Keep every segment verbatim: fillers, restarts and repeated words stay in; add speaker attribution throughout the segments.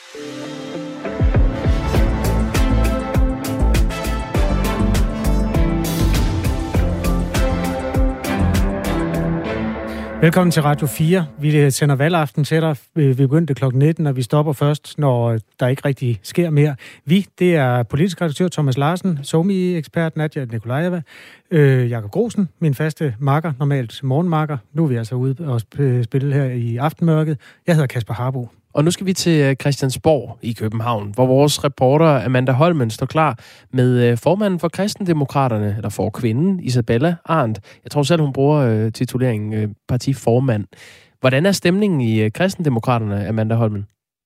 Speaker 1: Velkommen til Radio fire. Vi sender valgaften til dig. Vi begyndte klokken nitten, og vi stopper først, når der ikke rigtig sker mere. Vi, det er politisk redaktør Thomas Larsen, SoMe-ekspert Nadia Nikolajeva, øh, Jakob Grosen, min faste makker, normalt morgenmakker. Nu er vi altså ude og spille her i aftenmørket. Jeg hedder Kasper Harbo.
Speaker 2: Og nu skal vi til Christiansborg i København, hvor vores reporter Amanda Holmen står klar med formanden for Kristendemokraterne, eller for kvinden, Isabella Arendt. Jeg tror selv, hun bruger øh, tituleringen øh, partiformand. Hvordan er stemningen i Kristendemokraterne, Amanda Holmen?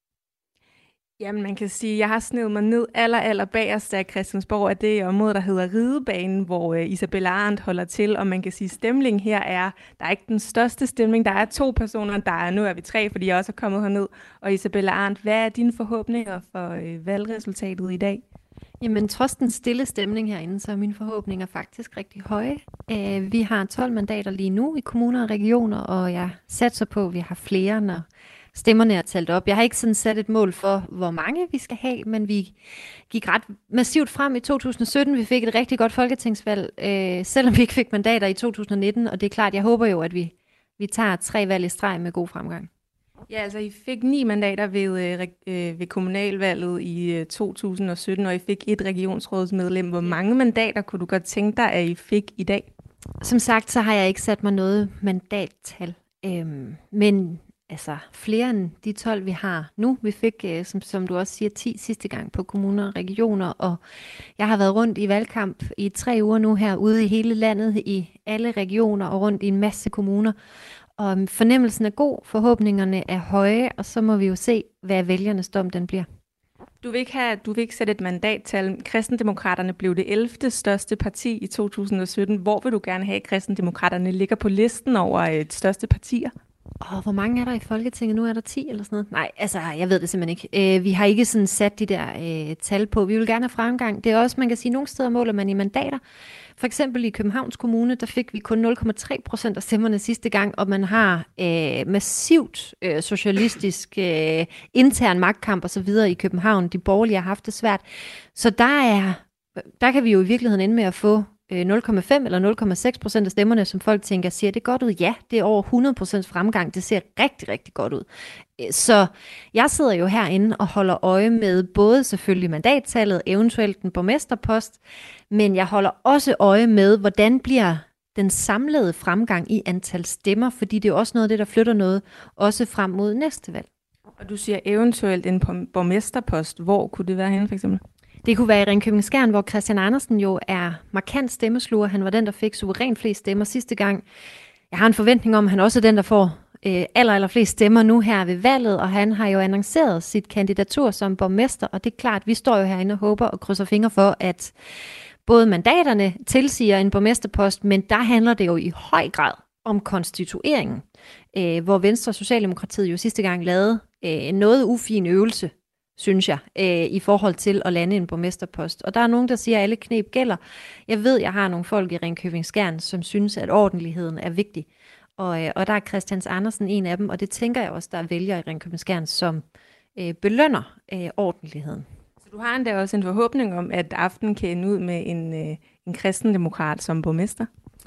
Speaker 3: Jamen, man kan sige, at jeg har snedet mig ned aller, aller bagerst af Christiansborg, at det er området, der hedder Ridebanen, hvor uh, Isabella Arendt holder til, og man kan sige, at stemningen her er, der er ikke den største stemning. Der er to personer, der er, nu er vi tre, fordi jeg også er kommet herned. Og Isabella Arendt, hvad er dine forhåbninger for uh, valgresultatet i dag?
Speaker 4: Jamen, trods den stille stemning herinde, så er mine forhåbninger faktisk rigtig høje. Uh, vi har tolv mandater lige nu i kommuner og regioner, og jeg satser på, at vi har flere, når stemmerne er talt op. Jeg har ikke sådan sat et mål for, hvor mange vi skal have, men vi gik ret massivt frem i to tusind sytten. Vi fik et rigtig godt folketingsvalg, øh, selvom vi ikke fik mandater i to tusind nitten, og det er klart, jeg håber jo, at vi, vi tager tre valg i streg med god fremgang.
Speaker 3: Ja, altså I fik ni mandater ved, øh, ved kommunalvalget i øh, to tusind sytten, og I fik et regionsrådsmedlem. Hvor mange mandater kunne du godt tænke dig, at I fik i dag?
Speaker 4: Som sagt, så har jeg ikke sat mig noget mandattal, øhm, men altså flere end de tolv, vi har nu. Vi fik, som, som du også siger, ti sidste gang på kommuner og regioner, og jeg har været rundt i valgkamp i tre uger nu her, ude i hele landet, i alle regioner og rundt i en masse kommuner. Og fornemmelsen er god, forhåbningerne er høje, og så må vi jo se, hvad vælgernes dom den bliver.
Speaker 3: Du vil ikke have, du vil ikke sætte et mandattal. Kristendemokraterne blev det ellevte største parti i to tusind sytten. Hvor vil du gerne have, at Kristendemokraterne ligger på listen over et største partier?
Speaker 4: Og hvor mange er der i Folketinget? Nu er der ti eller sådan noget? Nej, altså, jeg ved det simpelthen ikke. Øh, vi har ikke sådan sat de der øh, tal på. Vi vil gerne have fremgang. Det er også, man kan sige, nogle steder måler man i mandater. For eksempel i Københavns Kommune, der fik vi kun nul komma tre procent af stemmerne sidste gang, og man har øh, massivt øh, socialistisk øh, intern magtkamp og så videre i København. De borgerlige har haft det svært. Så der er, der kan vi jo i virkeligheden ende med at få nul komma fem eller nul komma seks procent af stemmerne, som folk tænker, siger det godt ud? Ja, det er over hundrede procent fremgang. Det ser rigtig, rigtig godt ud. Så jeg sidder jo herinde og holder øje med både selvfølgelig mandattallet, eventuelt en borgmesterpost, men jeg holder også øje med, hvordan bliver den samlede fremgang i antal stemmer, fordi det er også noget af det, der flytter noget, også frem mod næste valg.
Speaker 3: Og du siger eventuelt en borgmesterpost. Hvor kunne det være henne for eksempel?
Speaker 4: Det kunne være i Ringkøbing-Skjern, hvor Christian Andersen jo er markant stemmesluger. Han var den, der fik suverænt flest stemmer sidste gang. Jeg har en forventning om, at han også er den, der får øh, aller, aller flest stemmer nu her ved valget, og han har jo annonceret sit kandidatur som borgmester, og det er klart, vi står jo herinde og håber og krydser fingre for, at både mandaterne tilsiger en borgmesterpost, men der handler det jo i høj grad om konstitueringen, øh, hvor Venstre og Socialdemokratiet jo sidste gang lavede øh, noget ufin øvelse, synes jeg, øh, i forhold til at lande en borgmesterpost. Og der er nogen, der siger, at alle knep gælder. Jeg ved, jeg har nogle folk i Ringkøbing-Skjern, som synes, at ordentligheden er vigtig. Og, øh, og der er Christian Andersen en af dem, og det tænker jeg også, der er vælgere i Ringkøbing-Skjern, som øh, belønner øh, ordentligheden.
Speaker 3: Så du har endda også en forhåbning om, at aften kan ende ud med en, øh, en kristendemokrat som borgmester?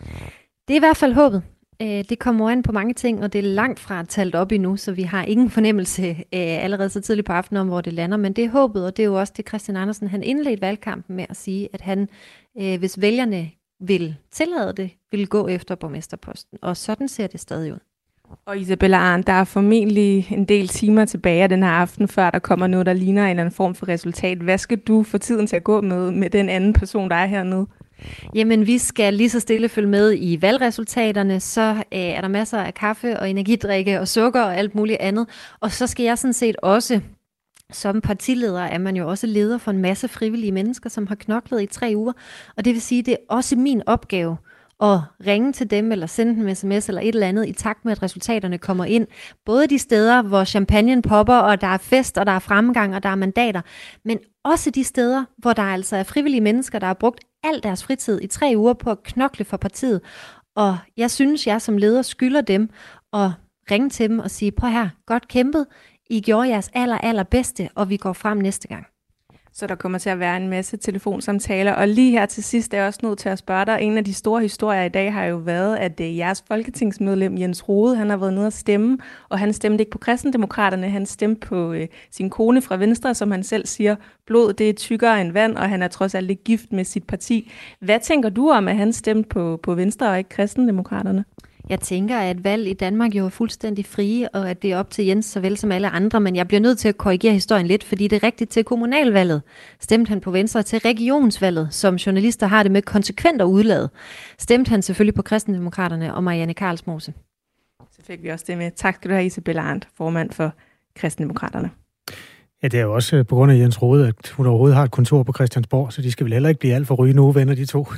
Speaker 4: Det er i hvert fald håbet. Det kommer an på mange ting, og det er langt fra talt op endnu, så vi har ingen fornemmelse øh, allerede så tidligt på aftenen om, hvor det lander. Men det er håbet, og det er jo også det, Christian Andersen han indledte valgkampen med at sige, at han, øh, hvis vælgerne vil tillade det, vil gå efter borgmesterposten. Og sådan ser det stadig ud.
Speaker 3: Og Isabella Arendt, der er formentlig en del timer tilbage af den her aften, før der kommer noget, der ligner en anden form for resultat. Hvad skal du få tiden til at gå med, med den anden person, der er hernede?
Speaker 4: Jamen, vi skal lige så stille følge med i valgresultaterne, så øh, er der masser af kaffe og energidrikke og sukker og alt muligt andet. Og så skal jeg sådan set også, som partileder er man jo også leder for en masse frivillige mennesker, som har knoklet i tre uger. Og det vil sige, det er også min opgave at ringe til dem eller sende dem en sms eller et eller andet i takt med, at resultaterne kommer ind. Både de steder, hvor champagnen popper, og der er fest, og der er fremgang, og der er mandater, men også de steder, hvor der altså er frivillige mennesker, der har brugt al deres fritid i tre uger på at knokle for partiet. Og jeg synes, jeg som leder skylder dem at ringe til dem og sige, prøv her, godt kæmpet. I gjorde jeres aller, aller bedste, og vi går frem næste gang.
Speaker 3: Så der kommer til at være en masse telefonsamtaler. Og lige her til sidst er jeg også nødt til at spørge dig. En af de store historier i dag har jo været, at uh, jeres folketingsmedlem Jens Rohde, han har været nede at stemme, og han stemte ikke på Kristendemokraterne, han stemte på uh, sin kone fra Venstre, som han selv siger, blod det er tykkere end vand, og han er trods alt ikke gift med sit parti. Hvad tænker du om, at han stemte på, på Venstre og ikke Kristendemokraterne?
Speaker 4: Jeg tænker, at valg i Danmark jo er fuldstændig frie, og at det er op til Jens såvel som alle andre, men jeg bliver nødt til at korrigere historien lidt, fordi det er rigtigt til kommunalvalget. Stemte han på Venstre, til regionsvalget, som journalister har det med konsekvent at udlade. Stemte han selvfølgelig på Kristendemokraterne og Marianne Karlsmose.
Speaker 3: Så fik vi også det med. Tak skal du have, Isabella Arendt, formand for Kristendemokraterne.
Speaker 1: Ja, det er jo også på grund af Jens Rohde, at hun overhovedet har et kontor på Christiansborg, så de skal vel heller ikke blive alt for rygende uvenner, de to.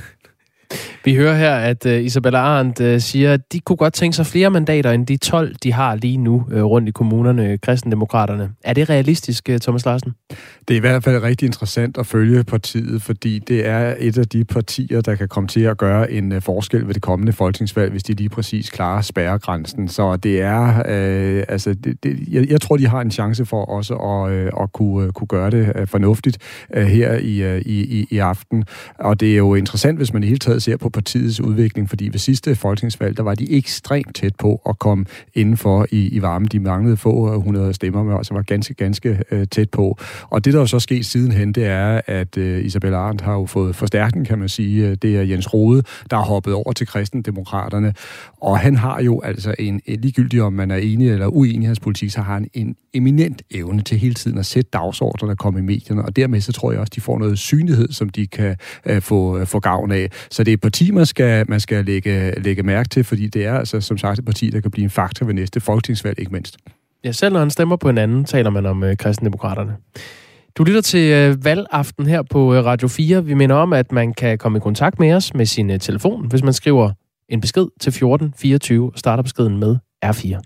Speaker 2: Vi hører her, at uh, Isabella Arendt uh, siger, at de kunne godt tænke sig flere mandater end de tolv, de har lige nu uh, rundt i kommunerne, Kristendemokraterne. Er det realistisk, uh, Thomas Larsen?
Speaker 5: Det er i hvert fald rigtig interessant at følge partiet, fordi det er et af de partier, der kan komme til at gøre en uh, forskel ved det kommende folketingsvalg, hvis de lige præcis klarer spærregrænsen. Så det er, uh, altså, det, det, jeg, jeg tror, de har en chance for også at, uh, at kunne, uh, kunne gøre det uh, fornuftigt uh, her i, uh, i, i aften. Og det er jo interessant, hvis man i hele taget ser på partiets udvikling, fordi ved sidste folketingsvalg, der var de ekstremt tæt på at komme indenfor i, i varmen. De manglede få hundrede stemmer, men også var ganske, ganske uh, tæt på. Og det, der jo så sket sidenhen, det er, at uh, Isabella Arendt har jo fået forstærkning, kan man sige. Det er Jens Rohde, der har hoppet over til Kristendemokraterne. Og han har jo altså en, ligegyldigt om man er enig eller uenig i hans politik, så har han en eminent evne til hele tiden at sætte dagsordner, der kommer i medierne. Og dermed så tror jeg også, de får noget synlighed, som de kan uh, få, uh, få gavn af. Så det er et parti, man skal, man skal lægge, lægge mærke til, fordi det er altså som sagt et parti, der kan blive en faktor ved næste folketingsvalg, ikke mindst.
Speaker 2: Ja, selv når han stemmer på en anden, taler man om øh, Kristendemokraterne. Du lytter til øh, valgaften her på øh, Radio fire. Vi minder om, at man kan komme i kontakt med os med sin øh, telefon, hvis man skriver en besked til fjorten fireogtyve og starter beskeden med R fire.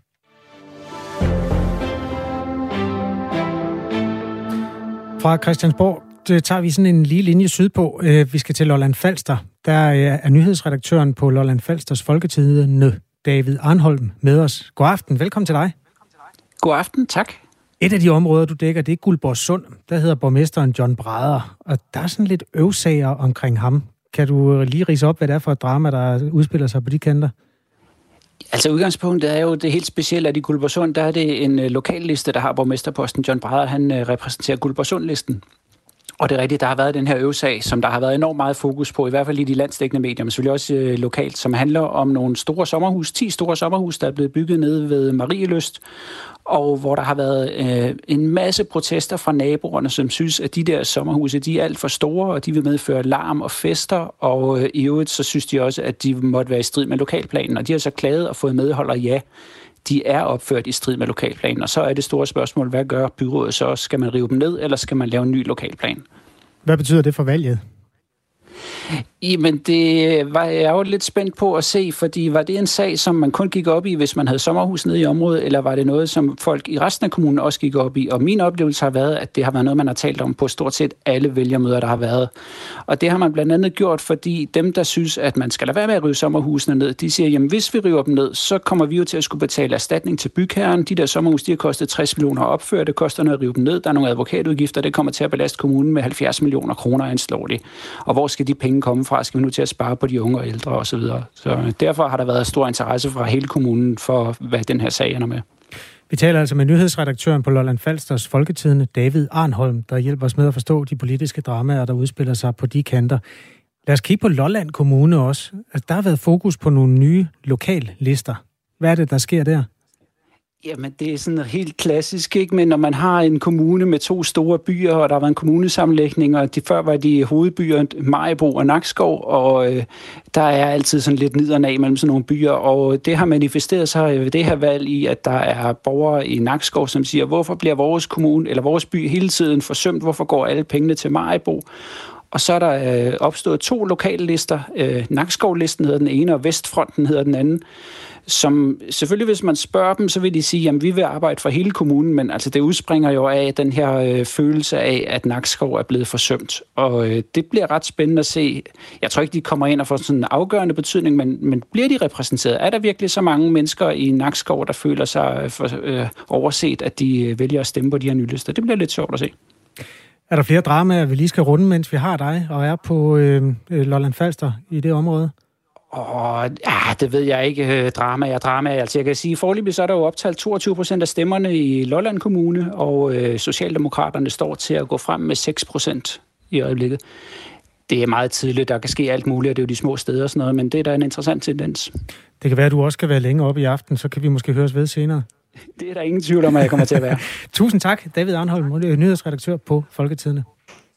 Speaker 1: Fra Christiansborg det tager vi sådan en lige linje sydpå. Vi skal til Lolland Falster. Der er nyhedsredaktøren på Lolland Falsters Folketidende, David Arnholm, med os. God aften. Velkommen til dig.
Speaker 6: God aften. Tak.
Speaker 1: Et af de områder, du dækker, det er Guldborgsund. Der hedder borgmesteren John Brædder, og der er sådan lidt øvsager omkring ham. Kan du lige ridse op, hvad det er for et drama, der udspiller sig på de kanter?
Speaker 6: Altså udgangspunktet er jo det helt specielle, at i Guldborgsund, der er det en lokalliste, der har borgmesterposten. John Brædder, han repræsenterer Guldborgsund-listen. Og det er rigtigt, der har været den her øvesag, som der har været enormt meget fokus på, i hvert fald i de landsdækkende medier, men selvfølgelig også øh, lokalt, som handler om nogle store sommerhus, ti store sommerhus, der er blevet bygget nede ved Marielyst, og hvor der har været øh, en masse protester fra naboerne, som synes, at de der sommerhuse, de er alt for store, og de vil medføre larm og fester, og øh, i øvrigt så synes de også, at de måtte være i strid med lokalplanen, og de har så klaget og fået medhold, og ja, de er opført i strid med lokalplanen, og så er det store spørgsmål, hvad gør byrådet så? Skal man rive dem ned, eller skal man lave en ny lokalplan?
Speaker 1: Hvad betyder det for valget?
Speaker 6: Jamen, det var jeg jo lidt spændt på at se, fordi var det en sag, som man kun gik op i, hvis man havde sommerhus nede i området, eller var det noget, som folk i resten af kommunen også gik op i? Og min oplevelse har været, at det har været noget, man har talt om på stort set alle vælgermøder, der har været. Og det har man blandt andet gjort, fordi dem, der synes, at man skal lade være med at rive sommerhusene ned, de siger, jamen hvis vi river dem ned, så kommer vi jo til at skulle betale erstatning til bygherren. De der sommerhus, de har kostet tres millioner at opføre, det koster noget at rive dem ned. Der er nogle advokatudgifter, det kommer til at belaste kommunen med halvfjerds millioner kroner anslår det. Og hvor skal de penge komme fra? Skal vi nu til at spare på de unge og ældre osv.? Så, så derfor har der været stor interesse fra hele kommunen for, hvad den her sag ender med.
Speaker 1: Vi taler altså med nyhedsredaktøren på Lolland Falsters Folketidende, David Arnholm, der hjælper os med at forstå de politiske dramaer, der udspiller sig på de kanter. Lad os kigge på Lolland Kommune også. Altså, der har været fokus på nogle nye lokallister. Hvad er det, der sker der?
Speaker 6: Jamen, det er sådan helt klassisk, ikke? Men når man har en kommune med to store byer, og der har været en kommunesammenlægning, og de før var de hovedbyer, Maribo og Nakskov, og øh, der er altid sådan lidt niderne mellem sådan nogle byer, og det har manifesteret sig ved det her valg i, at der er borgere i Nakskov, som siger, hvorfor bliver vores kommune, eller vores by hele tiden forsømt, hvorfor går alle pengene til Maribo? Og så er der øh, opstået to lokale lister. Øh, Nakskov-listen hedder den ene, og Vestfronten hedder den anden. Som selvfølgelig, hvis man spørger dem, så vil de sige, at vi vil arbejde for hele kommunen, men altså, det udspringer jo af den her øh, følelse af, at Nakskov er blevet forsømt. Og øh, det bliver ret spændende at se. Jeg tror ikke, de kommer ind og får sådan en afgørende betydning, men, men bliver de repræsenteret? Er der virkelig så mange mennesker i Nakskov, der føler sig for, øh, overset, at de øh, vælger at stemme på de her nye lister? Det bliver lidt sjovt at se.
Speaker 1: Er der flere dramaer, vi lige skal runde, mens vi har dig og er på øh, Lolland Falster i det område?
Speaker 6: Åh, ja, det ved jeg ikke. Drama er drama. Altså, jeg kan sige, foreløbig så er der jo optalt toogtyve procent af stemmerne i Lolland Kommune, og øh, Socialdemokraterne står til at gå frem med seks procent i øjeblikket. Det er meget tidligt. Der kan ske alt muligt, og det er jo de små steder og sådan noget, men det er da en interessant tendens.
Speaker 1: Det kan være, at du også skal være længe oppe i aften, så kan vi måske høres ved senere.
Speaker 6: Det er der ingen tvivl om, at jeg kommer til at være.
Speaker 1: Tusind tak, David Arnholm, nyhedsredaktør på Folketidende.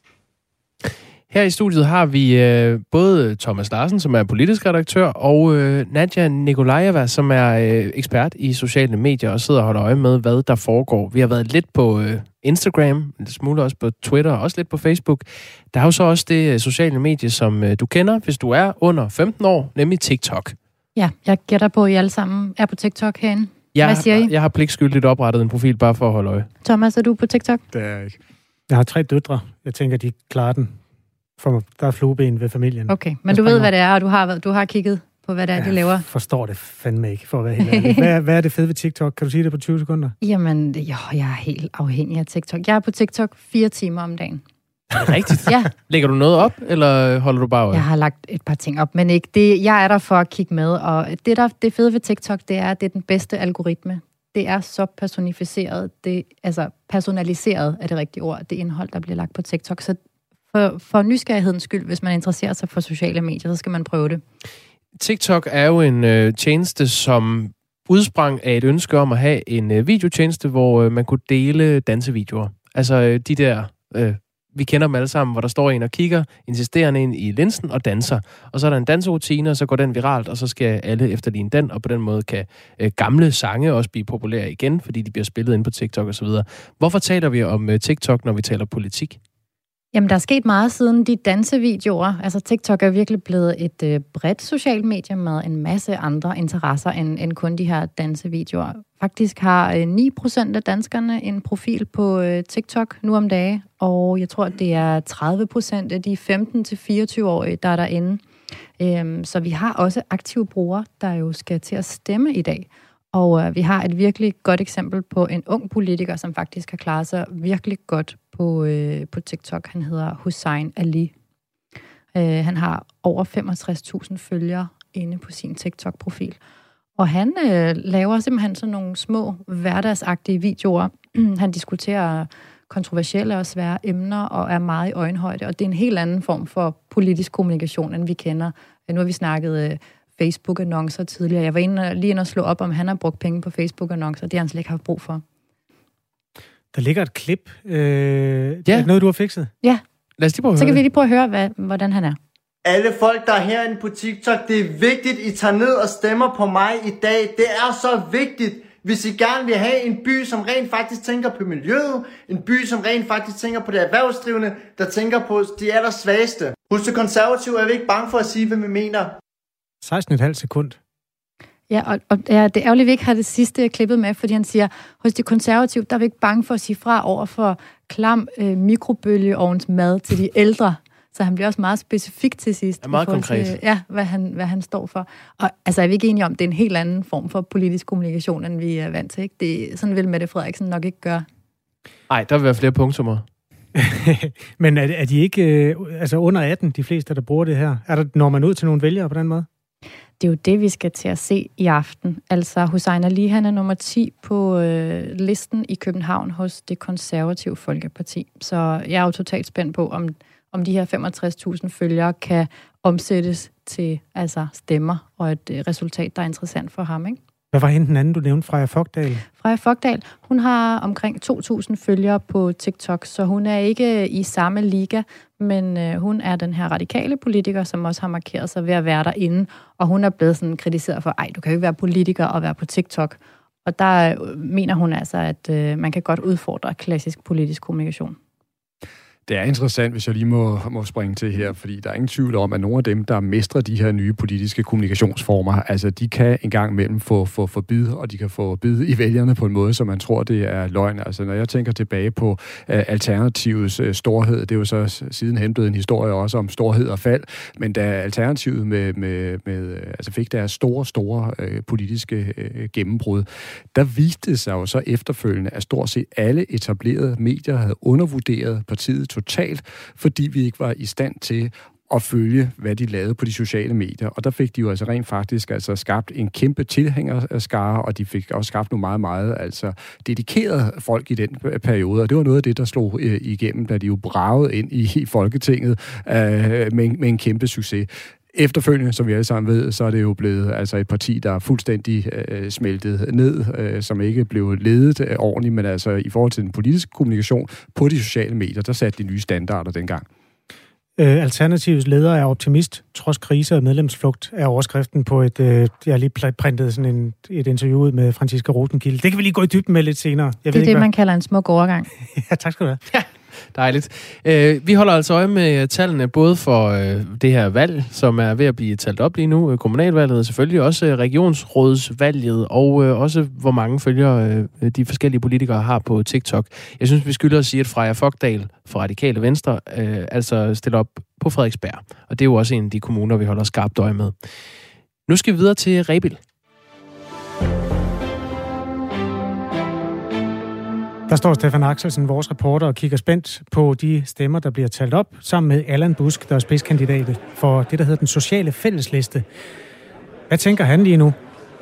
Speaker 2: Her i studiet har vi øh, både Thomas Larsen, som er politisk redaktør, og øh, Nadia Nikolajeva, som er øh, ekspert i sociale medier og sidder og holder øje med, hvad der foregår. Vi har været lidt på øh, Instagram, en smule også på Twitter og også lidt på Facebook. Der er jo så også det øh, sociale medie, som øh, du kender, hvis du er under femten år, nemlig TikTok.
Speaker 7: Ja, jeg gætter på, at I alle sammen er på TikTok herinde.
Speaker 2: Jeg,
Speaker 7: Hvad siger I?
Speaker 2: Jeg har pligtskyldigt oprettet en profil bare for at holde øje.
Speaker 7: Thomas, er du på TikTok?
Speaker 5: Det er jeg ikke.
Speaker 1: Jeg har tre døtre. Jeg tænker, de klarer den. For der er flueben ved familien.
Speaker 7: Okay, men du ved, hvad det er, og du har, du har kigget på, hvad det er, de laver.
Speaker 1: Jeg forstår det fandme ikke, for at være helt ærlig. Hvad er, hvad er det fede ved TikTok? Kan du sige det på tyve sekunder?
Speaker 7: Jamen, jo, jeg er helt afhængig af TikTok. Jeg er på TikTok fire timer om dagen.
Speaker 2: Er det rigtigt?
Speaker 7: Ja.
Speaker 2: Lægger du noget op, eller holder du bare øje?
Speaker 7: Jeg har lagt et par ting op, men ikke det. Jeg er der for at kigge med, og det, der det fede ved TikTok, det er, at det er den bedste algoritme. Det er så personificeret, det, altså personaliseret er det rigtige ord, det indhold, der bliver lagt på TikTok. Så For, for nysgerrighedens skyld, hvis man interesserer sig for sociale medier, så skal man prøve det.
Speaker 2: TikTok er jo en øh, tjeneste, som udsprang af et ønske om at have en øh, videotjeneste, hvor øh, man kunne dele dansevideoer. Altså øh, de der, øh, vi kender dem alle sammen, hvor der står en og kigger, insisterende ind i linsen og danser. Og så er der en danserutine, og så går den viralt, og så skal alle efterligne den, og på den måde kan øh, gamle sange også blive populære igen, fordi de bliver spillet ind på TikTok osv. Hvorfor taler vi om øh, TikTok, når vi taler politik?
Speaker 7: Jamen, der er sket meget siden de dansevideoer. Altså, TikTok er virkelig blevet et øh, bredt socialt medie med en masse andre interesser end, end kun de her dansevideoer. Faktisk har øh, ni procent af danskerne en profil på øh, TikTok nu om dagen, og jeg tror, det er tredive procent af de femten til fireogtyve-årige, der er derinde. Øhm, så vi har også aktive brugere, der jo skal til at stemme i dag. Og øh, vi har et virkelig godt eksempel på en ung politiker, som faktisk har klaret sig virkelig godt på, øh, på TikTok. Han hedder Hussein Ali. Øh, han har over femogtres tusind følgere inde på sin TikTok-profil. Og han øh, laver simpelthen sådan nogle små, hverdagsagtige videoer. Han diskuterer kontroversielle og svære emner og er meget i øjenhøjde. Og det er en helt anden form for politisk kommunikation, end vi kender. Nu har vi snakket øh, Facebook-annoncer tidligere. Jeg var inde, lige inde og slå op, om han har brugt penge på Facebook-annoncer. Det har han slet ikke haft brug for.
Speaker 1: Der ligger et klip. Øh,
Speaker 2: ja.
Speaker 1: Er det noget, du har fikset?
Speaker 7: Ja.
Speaker 2: Lad os lige prøve at
Speaker 7: Så
Speaker 2: høre
Speaker 7: kan vi
Speaker 2: det.
Speaker 7: lige prøve at høre, hvad, hvordan han er.
Speaker 8: Alle folk, der er herinde på TikTok, det er vigtigt, I tager ned og stemmer på mig i dag. Det er så vigtigt, hvis I gerne vil have en by, som rent faktisk tænker på miljøet. En by, som rent faktisk tænker på det erhvervsdrivende, der tænker på de allersvageste. Hos det konservative er vi ikke bange for at sige, hvad vi mener.
Speaker 1: seksten komma fem sekund.
Speaker 7: Ja, og, og ja, det er ærgerligt, vi ikke har det sidste klippet med, fordi han siger, hos de konservative, der er vi ikke bange for at sige fra over for klam øh, mikrobølgeovns mad til de ældre. Så han bliver også meget specifik til sidst.
Speaker 2: Ja, meget konkret.
Speaker 7: Til, ja, hvad han, hvad han står for. Og altså, er vi ikke enige om, det er en helt anden form for politisk kommunikation, end vi er vant til, ikke? Det, sådan vil Mette Frederiksen nok ikke gøre.
Speaker 2: Nej, der vil være flere punktummer.
Speaker 1: Men er, er de ikke øh, altså under atten, de fleste, der bruger det her? Er der, når man ud til nogle vælgere på den måde?
Speaker 7: Det er jo det, vi skal til at se i aften. Altså, Hussein Ali, han er nummer ti på øh, listen i København hos det konservative Folkeparti. Så jeg er jo totalt spændt på, om, om de her femogtres tusind følgere kan omsættes til altså, stemmer og et øh, resultat, der er interessant for ham, ikke?
Speaker 1: Hvad var hende den anden, du nævnte, Freja Fogdal?
Speaker 7: Freja Fogdal, hun har omkring to tusind følgere på TikTok, så hun er ikke i samme liga, men øh, hun er den her radikale politiker, som også har markeret sig ved at være derinde, og hun er blevet sådan kritiseret for, ej, du kan jo ikke være politiker og være på TikTok. Og der øh, mener hun altså, at øh, man kan godt udfordre klassisk politisk kommunikation.
Speaker 5: Det er interessant, hvis jeg lige må, må springe til her, fordi der er ingen tvivl om, at nogle af dem, der mestrer de her nye politiske kommunikationsformer, altså de kan engang imellem få, få, få bid, og de kan få bid i vælgerne på en måde, som man tror, det er løgn. Altså når jeg tænker tilbage på uh, Alternativets uh, storhed, det er jo så sidenhen blevet en historie også om storhed og fald, men da Alternativet med, med, med, altså fik deres store, store uh, politiske uh, gennembrud, der viste det sig jo så efterfølgende, at stort set alle etablerede medier havde undervurderet partiet totalt, fordi vi ikke var i stand til at følge, hvad de lavede på de sociale medier. Og der fik de jo altså rent faktisk altså skabt en kæmpe tilhængerskare, og de fik også skabt nogle meget, meget altså dedikerede folk i den periode. Og det var noget af det, der slog øh, igennem, da de jo bragede ind i, i Folketinget øh, med, med en kæmpe succes. Efterfølgende, som vi alle sammen ved, så er det jo blevet altså et parti, der er fuldstændig øh, smeltet ned, øh, som ikke blev ledet øh, ordentligt, men altså i forhold til den politiske kommunikation på de sociale medier, der satte de nye standarder dengang.
Speaker 1: Øh, Alternativets leder er optimist, trods krise og medlemsflugt, er overskriften på et, øh, jeg har lige printet sådan en, et interview ud med Franciska Rosenkilde. Det kan vi lige gå i dybden med lidt senere. Jeg
Speaker 7: det er
Speaker 1: ved
Speaker 7: det,
Speaker 1: ikke,
Speaker 7: man kalder en smuk overgang.
Speaker 1: Ja, tak skal du have.
Speaker 2: Ja. Dejligt. Øh, vi holder altså øje med tallene, både for øh, det her valg, som er ved at blive talt op lige nu, kommunalvalget, selvfølgelig også øh, regionsrådsvalget, og øh, også hvor mange følgere øh, de forskellige politikere har på TikTok. Jeg synes, vi skylder at sige, at Freja Fogdal fra Radikale Venstre øh, altså stiller op på Frederiksberg, og det er jo også en af de kommuner, vi holder skarpt øje med. Nu skal vi videre til Rebild.
Speaker 1: Der står Stefan Axelsen, vores reporter, og kigger spændt på de stemmer, der bliver talt op, sammen med Allan Busk, der er spidskandidat for det, der hedder den sociale fællesliste. Hvad tænker han lige nu?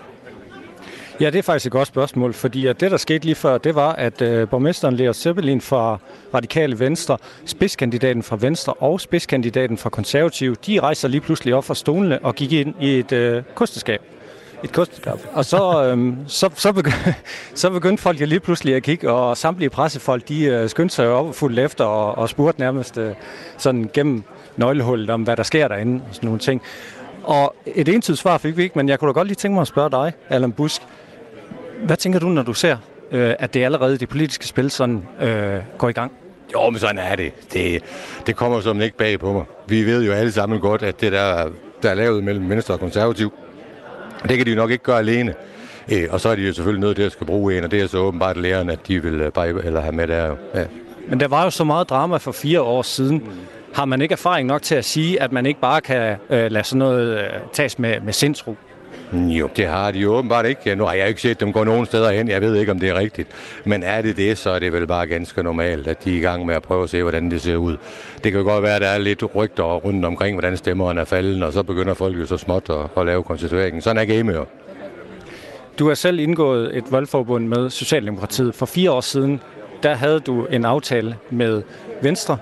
Speaker 9: Ja, det er faktisk et godt spørgsmål, fordi at det, der skete lige før, det var, at øh, borgmesteren Lea Zeppelin fra Radikale Venstre, spidskandidaten fra Venstre og spidskandidaten fra Konservative, de rejser lige pludselig op fra stolene og gik ind i et øh, kosteskab. Et kosteskab. Og så, øhm, så, så, begyndte, så begyndte folk jo lige pludselig at kigge, og samtlige pressefolk, de øh, skyndte sig op og fulgte efter og, og spurgte nærmest øh, sådan gennem nøglehullet om, hvad der sker derinde og sådan nogle ting. Og et entydigt svar fik vi ikke, men jeg kunne da godt lige tænke mig at spørge dig, Allan Busk. Hvad tænker du, når du ser, øh, at det allerede det politiske spil sådan øh, går i gang?
Speaker 10: Jo, men sådan er det. Det, det kommer som ikke bag på mig. Vi ved jo alle sammen godt, at det der, der er lavet mellem Venstre og Konservativ, det kan de jo nok ikke gøre alene. Øh, og så er de jo selvfølgelig nødt til at skal bruge en, og det er så åbenbart læreren, at de vil bare eller have med der. Ja.
Speaker 9: Men der var jo så meget drama for fire år siden. Har man ikke erfaring nok til at sige, at man ikke bare kan øh, lade sådan noget øh, tages med, med sindsro?
Speaker 10: Jo, det har de jo åbenbart ikke. Nu har jeg ikke set dem gå nogen steder hen. Jeg ved ikke, om det er rigtigt. Men er det det, så er det vel bare ganske normalt, at de er i gang med at prøve at se, hvordan det ser ud. Det kan jo godt være, at der er lidt rygter rundt omkring, hvordan stemmerne er faldet, og så begynder folk jo så småt at, at lave konstitueringen. Sådan er game jo.
Speaker 9: Du har selv indgået et valgforbund med Socialdemokratiet. For fire år siden, der havde du en aftale med Venstre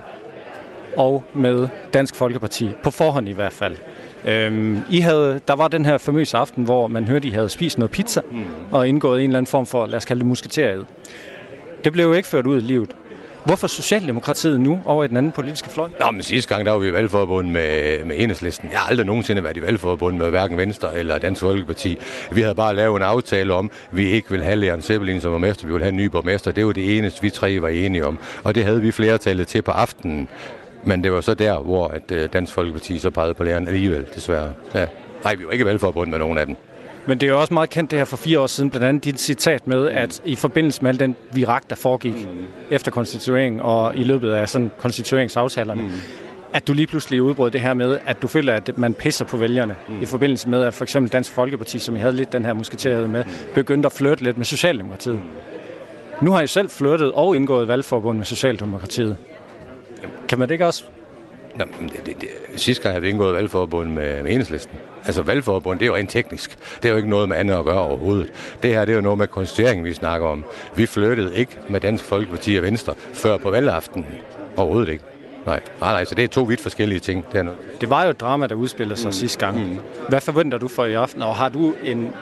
Speaker 9: og med Dansk Folkeparti. På forhånd i hvert fald. Øhm, I havde, der var den her famøse aften, hvor man hørte, at I havde spist noget pizza mm. og indgået en eller anden form for, lad os kalde det musketeriet. Det blev jo ikke ført ud i livet. Hvorfor Socialdemokratiet nu over i den anden politiske fløj?
Speaker 10: Nå, men sidste gang, der var vi i valgforbund med, med Enhedslisten. Jeg har aldrig nogensinde været i valgforbund med hverken Venstre eller Dansk Folkeparti. Vi havde bare lavet en aftale om, at vi ikke ville have Lea Zeppelin som borgmester, vi ville have en ny borgmester. Det var det eneste, vi tre var enige om. Og det havde vi flertallet til på aftenen. Men det var så der, hvor at Dansk Folkeparti så pegede på læreren alligevel, desværre. Ja. Nej, vi var ikke valgforbundet med nogen af dem.
Speaker 9: Men det er jo også meget kendt det her for fire år siden, blandt andet dit citat med, at i forbindelse med al den virak, der foregik mm. efter konstitueringen og i løbet af sådan konstitueringsaftalerne, mm. at du lige pludselig udbrød det her med, at du føler, at man pisser på vælgerne mm. i forbindelse med, at for eksempel Dansk Folkeparti, som I havde lidt den her musketeriet med, begyndte at flirte lidt med Socialdemokratiet. Nu har I selv flirtet og indgået valgforbund med Socialdemokratiet. Kan man det ikke også?
Speaker 10: Nå, det, det, det. Sidste gang har vi indgået valgforbund med, med Enhedslisten. Altså valgforbund, det er jo rent teknisk. Det er jo ikke noget med andet at gøre overhovedet. Det her, det er jo noget med konstitueringen, vi snakker om. Vi flyttede ikke med Dansk Folkeparti og Venstre før på valgaften. Overhovedet ikke. Nej, nej, nej, så det er to vidt forskellige ting. Det, er
Speaker 9: det var jo et drama, der udspillede sig mm. sidste gang. Mm. Hvad forventer du for i aften, og har du en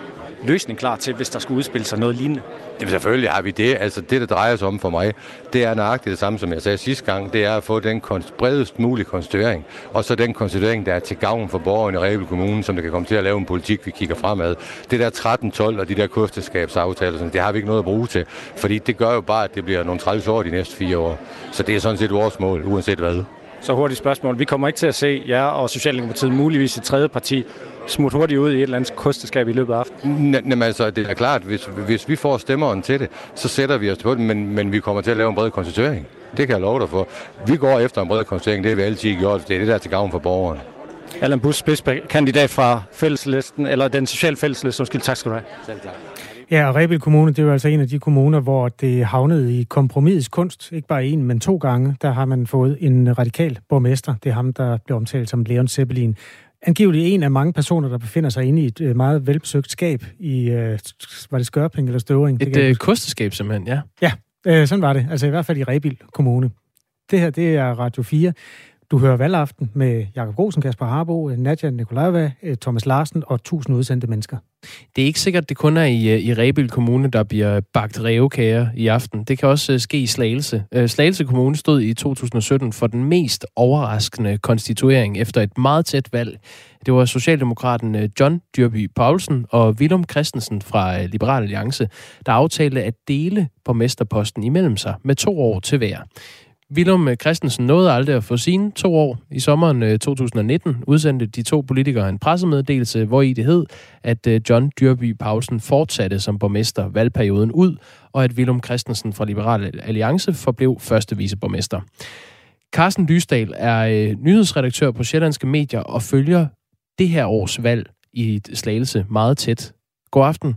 Speaker 9: løsning klar til, hvis der skulle udspille sig noget lignende?
Speaker 10: Jamen selvfølgelig har vi det. Altså det, der drejer sig om for mig, det er nøjagtigt det samme, som jeg sagde sidste gang. Det er at få den bredest mulige konstituering, og så den konstituering, der er til gavn for borgerne i Rebild Kommune, som der kan komme til at lave en politik, vi kigger fremad. Det der tretten tolv og de der kosteskabsaftaler, det har vi ikke noget at bruge til, fordi det gør jo bare, at det bliver nogle tredive år de næste fire år. Så det er sådan set vores mål, uanset hvad.
Speaker 9: Så hurtigt spørgsmål. Vi kommer ikke til at se jer og Socialdemokratiet muligvis et tredje parti smut hurtigt ud i et eller andet kosteskab i løbet af aftenen?
Speaker 10: Jamen altså, det er klart, hvis, hvis vi får stemmeren til det, så sætter vi os på den, men, men vi kommer til at lave en bred konstituering. Det kan jeg love dig for. Vi går efter en bred konstituering, det har vi altid gjort. Det er det, der er til gavn for borgerne.
Speaker 9: Allan Busch, spidskandidat fra fælleslisten, eller den sociale fællesliste. Undskyld, tak skal du have.
Speaker 10: Selv tak.
Speaker 1: Ja, og Rebild Kommune, det er jo altså en af de kommuner, hvor det havnede i kompromisets kunst. Ikke bare en, men to gange. Der har man fået en radikal borgmester. Det er ham, der bliver omtalt som Leon Sebbelin. Angiveligt en af mange personer, der befinder sig inde i et meget velbesøgt skab i, øh, var det Skørping eller Støvring?
Speaker 2: Et øh, kosteskab simpelthen, ja.
Speaker 1: Ja, øh, sådan var det. Altså i hvert fald i Rebild Kommune. Det her, det er Radio fire. Du hører Valgaften med Jakob Grosen, Kasper Harbo, Nadja Nikolajeva, Thomas Larsen og tusind udsendte mennesker.
Speaker 2: Det er ikke sikkert, det kun er i, i Rebild Kommune, der bliver bagt rævekager i aften. Det kan også ske i Slagelse. Slagelse Kommune stod i to tusind og sytten for den mest overraskende konstituering efter et meget tæt valg. Det var socialdemokraten John Dyrby Paulsen og Villum Christensen fra Liberal Alliance, der aftalte at dele borgmesterposten imellem sig med to år til hver. Villum Christensen nåede aldrig at få sine to år. I sommeren to tusind og nitten udsendte de to politikere en pressemeddelelse, hvor i det hed, at John Dyrby Paulsen fortsatte som borgmester valgperioden ud, og at Villum Christensen fra Liberal Alliance forblev første viceborgmester. Carsten Lysdal er nyhedsredaktør på Sjællandske Medier og følger det her års valg i Slagelse meget tæt. God aften.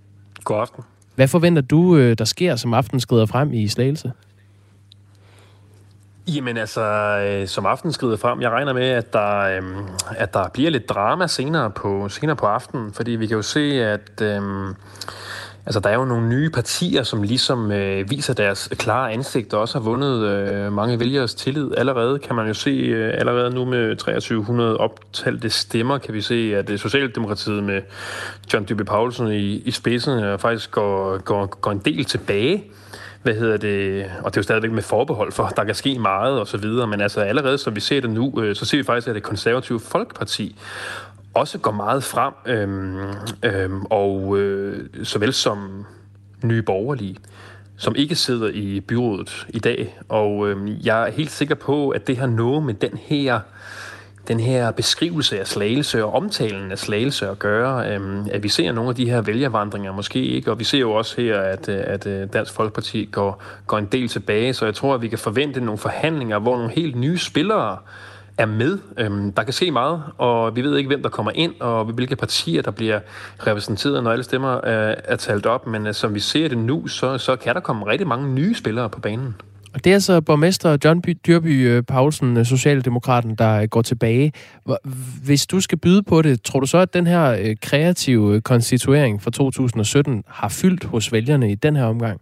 Speaker 11: God aften.
Speaker 2: Hvad forventer du, der sker, som aftenen skrider frem i Slagelse?
Speaker 11: Jamen altså, øh, som aftenen skrider frem, jeg regner med, at der, øh, at der bliver lidt drama senere på, senere på aftenen, fordi vi kan jo se, at øh, altså, der er jo nogle nye partier, som ligesom øh, viser deres klare ansigt og også har vundet øh, mange vælgeres tillid. Allerede kan man jo se, øh, allerede nu med treogtyve hundrede optalte stemmer, kan vi se, at øh, Socialdemokratiet med John Dyrby Paulsen i, i spidsen øh, faktisk går, går, går en del tilbage. Hvad hedder det? Og det er jo stadigvæk med forbehold for, der kan ske meget og så videre, men altså allerede som vi ser det nu, øh, så ser vi faktisk, at det konservative Folkeparti også går meget frem, øhm, øhm, og øh, såvel som Nye Borgerlige, som ikke sidder i byrådet i dag. Og øh, jeg er helt sikker på, at det har noget med den her den her beskrivelse af Slagelse og omtalen af Slagelse at gøre, øhm, at vi ser nogle af de her vælgervandringer måske ikke, og vi ser jo også her, at, at Dansk Folkeparti går, går en del tilbage, så jeg tror, at vi kan forvente nogle forhandlinger, hvor nogle helt nye spillere er med. Øhm, der kan ske meget, og vi ved ikke, hvem der kommer ind, og hvilke partier, der bliver repræsenteret, når alle stemmer er, er talt op, men uh, som vi ser det nu, så, så kan der komme rigtig mange nye spillere på banen.
Speaker 2: Og det er altså borgmester John Dyrby Paulsen, Socialdemokraten, der går tilbage. Hvis du skal byde på det, tror du så, at den her kreative konstituering fra to tusind og sytten har fyldt hos vælgerne i den her omgang?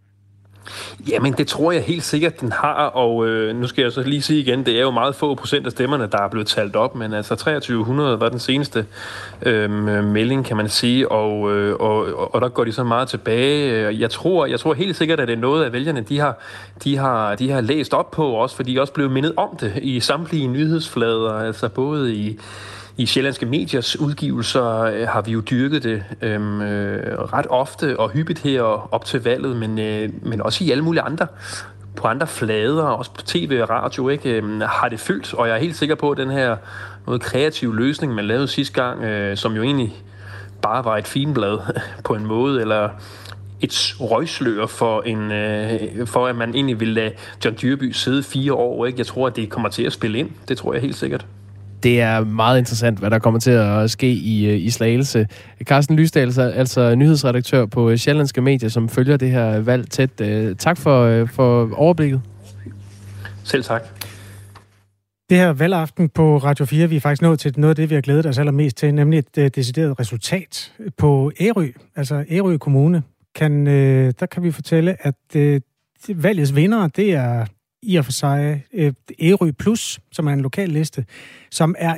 Speaker 11: Jamen, det tror jeg helt sikkert, den har, og øh, nu skal jeg så lige sige igen, det er jo meget få procent af stemmerne, der er blevet talt op, men altså treogtyve hundrede var den seneste øh, melding, kan man sige, og, øh, og, og der går de så meget tilbage. Jeg tror, jeg tror helt sikkert, at det er noget af vælgerne, de har, de har, de har læst op på, også fordi de også blev mindet om det i samtlige nyhedsflader, altså både i I Sjællandske Mediers udgivelser øh, har vi jo dyrket det øh, ret ofte og hyppigt her op til valget, men, øh, men også i alle mulige andre, på andre flader, også på tv og radio, ikke, øh, har det fyldt. Og jeg er helt sikker på, at den her noget kreative løsning, man lavede sidste gang, øh, som jo egentlig bare var et figenblad på en måde, eller et røgslør for, en, øh, for at man egentlig ville lade John Dyrby sidde fire år. Ikke? Jeg tror, at det kommer til at spille ind. Det tror jeg helt sikkert.
Speaker 2: Det er meget interessant, hvad der kommer til at ske i, i Slagelse. Carsten Lysdal, altså, altså nyhedsredaktør på Sjællandske Medier, som følger det her valg tæt. Tak for, for overblikket.
Speaker 11: Selv tak.
Speaker 1: Det her valgaften på Radio fire, vi er faktisk nået til noget af det, vi har glædet os allermest til, nemlig et uh, decideret resultat på Ærø, altså Ærø Kommune. Kan, uh, der kan vi fortælle, at uh, valgets vinder, det er i og for sig uh, Ærø Plus, som er en lokal liste, som er en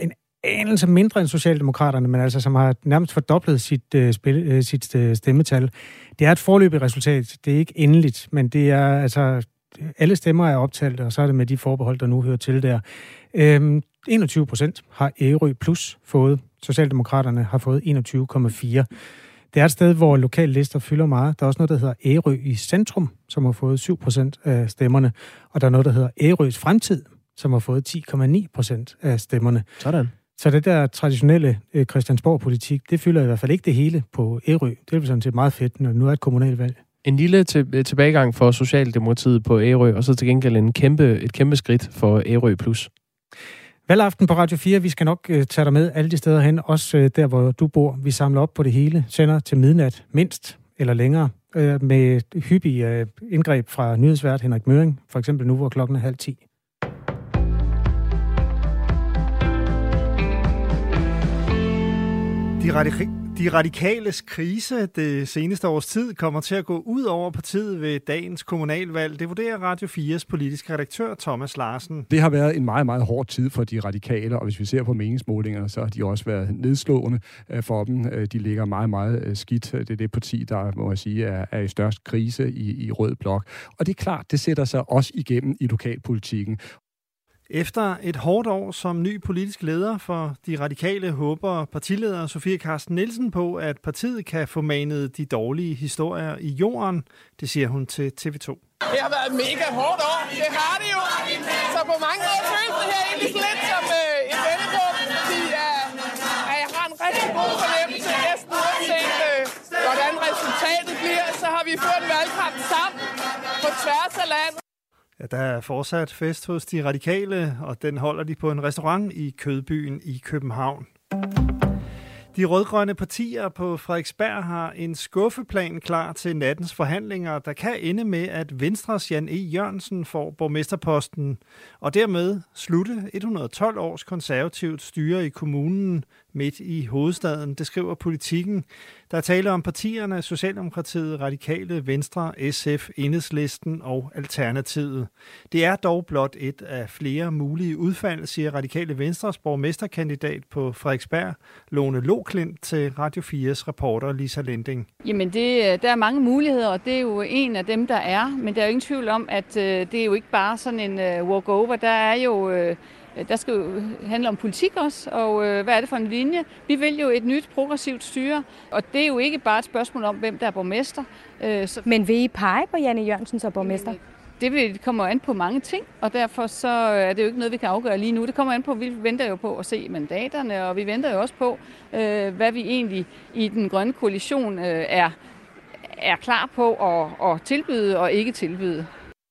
Speaker 1: anelse mindre end Socialdemokraterne, men altså som har nærmest fordoblet sit, øh, spil, øh, sit øh, stemmetal. Det er et foreløbigt resultat. Det er ikke endeligt, men det er altså alle stemmer er optalt, og så er det med de forbehold, der nu hører til der. Øhm, enogtyve procent har Ærø Plus fået. Socialdemokraterne har fået enogtyve komma fire. Det er et sted, hvor lokale lister fylder meget. Der er også noget, der hedder Ærø i centrum, som har fået syv procent af stemmerne. Og der er noget, der hedder Ærøs fremtid, som har fået ti komma ni procent af stemmerne.
Speaker 2: Sådan.
Speaker 1: Så det der traditionelle øh, Christiansborg-politik, det fylder i hvert fald ikke det hele på Ærø. Det er sådan set meget fedt, når det nu er et kommunalvalg. En
Speaker 2: lille til, tilbagegang for Socialdemokratiet på Ærø, og så til gengæld en kæmpe, et kæmpe skridt for Ærø Plus.
Speaker 1: Valgaften på Radio fire, vi skal nok uh, tage dig med alle de steder hen, også uh, der, hvor du bor. Vi samler op på det hele, sender til midnat, mindst eller længere, uh, med hyppige uh, indgreb fra nyhedsvært Henrik Møring, for eksempel nu, hvor klokken er halv ti.
Speaker 12: De, radik- de radikales krise det seneste års tid kommer til at gå ud over partiet ved dagens kommunalvalg. Det vurderer Radio fires politiske redaktør Thomas Larsen.
Speaker 5: Det har været en meget, meget hård tid for de radikale, og hvis vi ser på meningsmålingerne, så har de også været nedslående for dem. De ligger meget, meget skidt. Det er det parti, der må jeg sige, er, er i størst krise i, i rød blok. Og det er klart, det sætter sig også igennem i lokalpolitikken.
Speaker 12: Efter et hårdt år som ny politisk leder for de radikale håber partileder Sofie Carsten Nielsen på, at partiet kan få manet de dårlige historier i jorden. Det siger hun til T V to.
Speaker 13: Det har været et mega hårdt år. Det har det jo. Så på mange måder føles det her egentlig lidt som øh, et vendepunkt, fordi øh, at jeg har en rigtig god fornemmelse. Næsten uanset øh, hvordan resultatet bliver, så har vi fået en valgkamp sammen på tværs af landet.
Speaker 12: Ja, der er fortsat fest hos de radikale, og den holder de på en restaurant i Kødbyen i København. De rødgrønne partier på Frederiksberg har en skuffeplan klar til nattens forhandlinger, der kan ende med, at Venstres Jan E. Jørgensen får borgmesterposten, og dermed slutte et hundrede og tolv års konservativt styre i kommunen midt i hovedstaden. Det skriver Politikken. Der taler om partierne Socialdemokratiet, Radikale, Venstre, S F, Enhedslisten og Alternativet. Det er dog blot et af flere mulige udfald, siger Radikale Venstres borgmesterkandidat på Frederiksberg, Lone Loklint, til Radio fires reporter Lisa Lending.
Speaker 14: Jamen, det, der er mange muligheder, og det er jo en af dem, der er. Men der er jo ingen tvivl om, at øh, det er jo ikke bare sådan en øh, walk-over. Der er jo... Øh, Der skal jo handle om politik også, og øh, hvad er det for en linje? Vi vil jo et nyt progressivt styre, og det er jo ikke bare et spørgsmål om, hvem der er borgmester. Øh, så...
Speaker 15: Men vil I pege på Jan E. Jørgensen som borgmester?
Speaker 14: Det vil, kommer an på mange ting, og derfor så er det jo ikke noget, vi kan afgøre lige nu. Det kommer an på, vi venter jo på at se mandaterne, og vi venter jo også på, øh, hvad vi egentlig i den grønne koalition øh, er, er klar på at, at tilbyde og ikke tilbyde.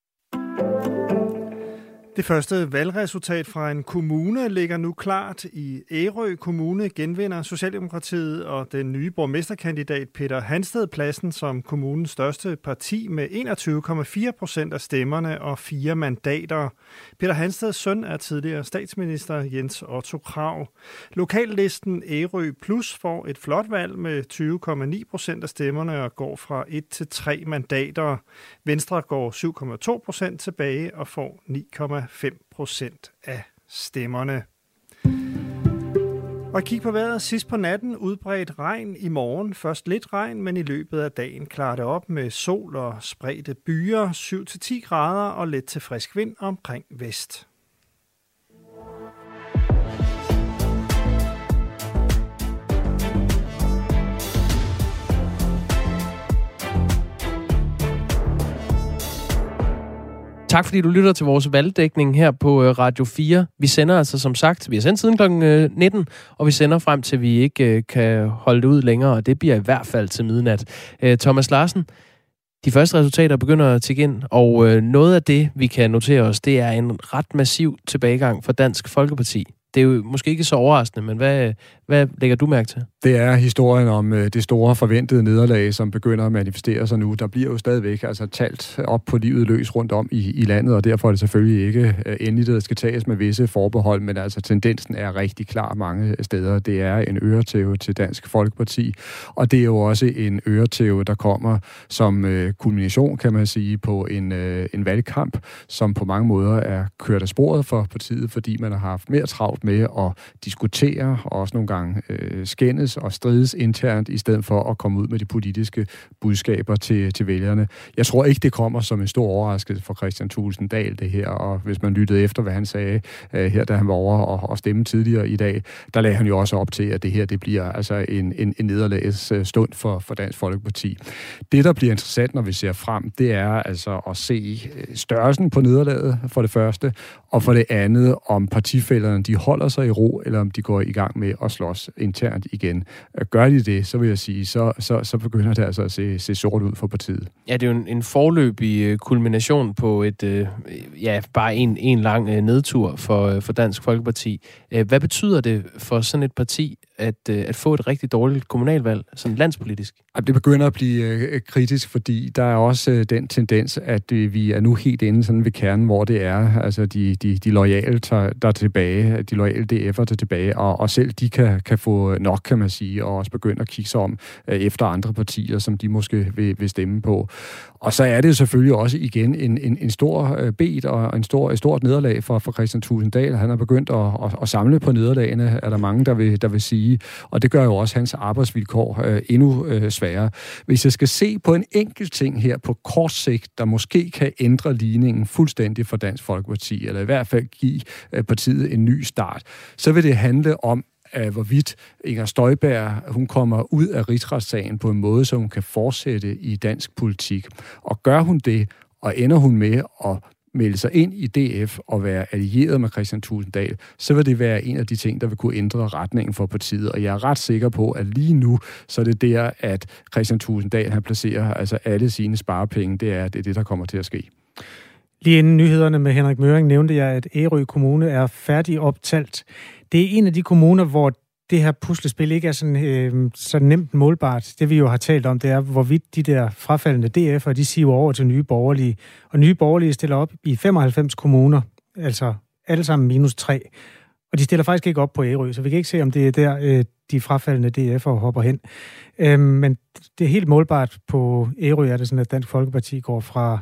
Speaker 12: Det første valgresultat fra en kommune ligger nu klart. I Ærø Kommune genvinder Socialdemokratiet og den nye borgmesterkandidat Peter Hansted pladsen som kommunens største parti med enogtyve komma fire procent af stemmerne og fire mandater. Peter Hansteds søn er tidligere statsminister Jens Otto Krag. Lokallisten Ærø Plus får et flot valg med tyve komma ni procent af stemmerne og går fra et til tre mandater. Venstre går syv komma to procent tilbage og får ni komma fem procent af stemmerne. Og kig på vejret. Sidst på natten udbredt regn i morgen. Først lidt regn, men i løbet af dagen klarer det op med sol og spredte byer. syv til ti grader og let til frisk vind omkring vest.
Speaker 2: Tak fordi du lytter til vores valgdækning her på Radio fire. Vi sender altså som sagt, vi har sendt siden klokken nitten, og vi sender frem til, vi ikke kan holde det ud længere, og det bliver i hvert fald til midnat. Thomas Larsen, de første resultater begynder at tikke ind, og noget af det, vi kan notere os, det er en ret massiv tilbagegang for Dansk Folkeparti. Det er jo måske ikke så overraskende, men hvad, Hvad lægger du mærke til?
Speaker 5: Det er historien om øh, det store forventede nederlag, som begynder at manifestere sig nu. Der bliver jo stadigvæk altså talt op på livet løs rundt om i, i landet, og derfor er det selvfølgelig ikke øh, endeligt, at det skal tages med visse forbehold, men altså tendensen er rigtig klar mange steder. Det er en øretæve til Dansk Folkeparti, og det er jo også en øretæve, der kommer som øh, kulmination, kan man sige, på en, øh, en valgkamp, som på mange måder er kørt af sporet for partiet, fordi man har haft mere travlt med at diskutere og også nogle gange øh, skændes og strides internt, i stedet for at komme ud med de politiske budskaber til, til vælgerne. Jeg tror ikke, det kommer som en stor overraskelse for Kristian Thulesen Dahl, det her, og hvis man lyttede efter, hvad han sagde øh, her, da han var over og, og stemme tidligere i dag, der lagde han jo også op til, at det her, det bliver altså en, en, en nederlagets stund for, for Dansk Folkeparti. Det, der bliver interessant, når vi ser frem, det er altså at se størrelsen på nederlaget, for det første, og for det andet, om partifællerne, de holder sig i ro, eller om de går i gang med at slås internt igen. Gør de det, så vil jeg sige, så, så, så begynder det altså at se, se sort ud for partiet.
Speaker 2: Ja, det er jo en, en forløbig kulmination på et, øh, ja, bare en, en lang øh, nedtur for, for Dansk Folkeparti. Hvad betyder det for sådan et parti at, øh, at få et rigtig dårligt kommunalvalg, sådan landspolitisk?
Speaker 5: Det begynder at blive øh, kritisk, fordi der er også øh, den tendens, at øh, vi er nu helt inde sådan ved kernen, hvor det er, altså de, de, de loyale, der, der er tilbage, de loyale D F'er der tilbage, og, og selv de kan, kan få nok, kan man sige, og også begynde at kigge sig om øh, efter andre partier, som de måske vil, vil stemme på. Og så er det jo selvfølgelig også igen en, en, en stor øh, bed og en stor, et stort nederlag for, for Kristian Thulesen Dahl. Han har begyndt at, at, at samle på nederlagene, er der mange, der vil, der vil sige, og det gør jo også hans arbejdsvilkår øh, endnu øh, sværere. Hvis jeg skal se på en enkelt ting her på kort sigt, der måske kan ændre ligningen fuldstændig for Dansk Folkeparti, eller i hvert fald give øh, partiet en ny start, så vil det handle om, af hvorvidt Inger Støjberg, hun kommer ud af rigsretssagen på en måde, så hun kan fortsætte i dansk politik. Og gør hun det, og ender hun med at melde sig ind i D F og være allieret med Kristian Thulesen Dahl, så vil det være en af de ting, der vil kunne ændre retningen for partiet. Og jeg er ret sikker på, at lige nu, så er det der, at Kristian Thulesen Dahl, han placerer altså alle sine sparepenge, det er det, er det der kommer til at ske.
Speaker 1: Lige inden nyhederne med Henrik Møring nævnte jeg, at Ærø Kommune er færdig optalt. Det er en af de kommuner, hvor det her puslespil ikke er sådan, øh, så nemt målbart. Det vi jo har talt om, det er, hvorvidt de der frafaldende D F'er, de siver over til Nye Borgerlige. Og Nye Borgerlige stiller op i femoghalvfems kommuner, altså alle sammen minus tre. Og de stiller faktisk ikke op på Ærø, så vi kan ikke se, om det er der, øh, de frafaldende D F'er hopper hen. Øh, men det er helt målbart på Ærø, er det sådan, at Dansk Folkeparti går fra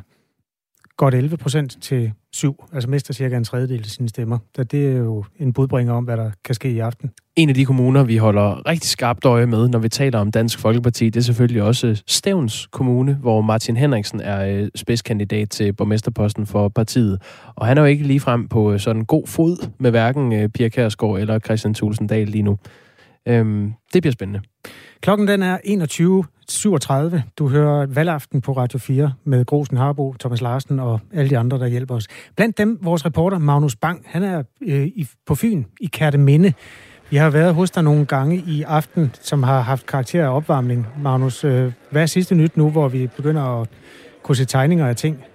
Speaker 1: godt elleve procent til syv, altså mister cirka en tredjedel af sine stemmer. Så det er jo en budbringer om, hvad der kan ske i aften.
Speaker 2: En af de kommuner, vi holder rigtig skarpt øje med, når vi taler om Dansk Folkeparti, det er selvfølgelig også Stevns Kommune, hvor Martin Henriksen er spidskandidat til borgmesterposten for partiet. Og han er jo ikke ligefrem på sådan en god fod med hverken Pia Kjærsgaard eller Kristian Thulesen Dahl lige nu. Øhm, det bliver spændende.
Speaker 1: Klokken den er enogtyve syvogtredive. Du hører Valgaften på Radio fire med Grosen Harbo, Thomas Larsen og alle de andre, der hjælper os. Blandt dem vores reporter Magnus Bang. Han er øh, i, på Fyn i Kerteminde. Vi har været hos dig nogle gange i aften, som har haft karakter af opvarmning. Magnus, øh, hvad er sidste nyt nu, hvor vi begynder at kunne se tegninger af ting?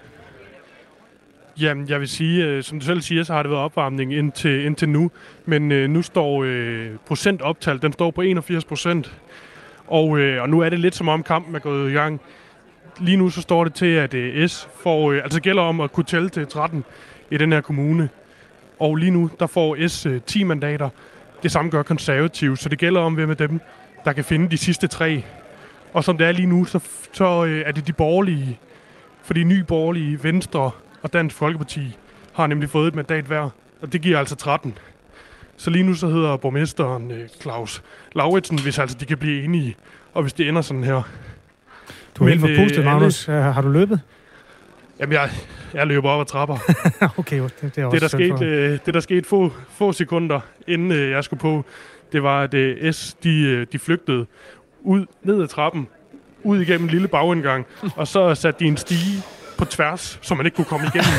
Speaker 16: Jamen, jeg vil sige, øh, som du selv siger, så har det været opvarmning indtil, indtil nu. Men øh, nu står øh, procentoptal, den står på enogfirs procent. Og, øh, og nu er det lidt som om kampen er gået i gang. Lige nu så står det til, at øh, S får, øh, altså gælder om at kunne tælle til tretten i den her kommune. Og lige nu, der får S øh, ti mandater. Det samme gør Konservative, så det gælder om, hvem af dem, der kan finde de sidste tre. Og som det er lige nu, så, så øh, er det de borgerlige, fordi Nye Borgerlige, Venstre og Dansk Folkeparti har nemlig fået et mandat hver, og det giver altså tretten. Så lige nu så hedder borgmesteren øh, Claus Lauritsen, hvis altså de kan blive enige, og hvis det ender sådan her.
Speaker 1: Du er helt forpustet, Magnus. Alle... Har du løbet?
Speaker 16: Jamen, jeg, jeg løber op ad trapper.
Speaker 1: Okay, det, det er også
Speaker 16: det, der skete, øh, det, der skete få, få sekunder, inden øh, jeg skulle på, det var, at øh, S, de, øh, de flygtede ud, ned ad trappen, ud igennem en lille bagindgang, og så satte de en stige på tværs, så man ikke kunne komme igennem.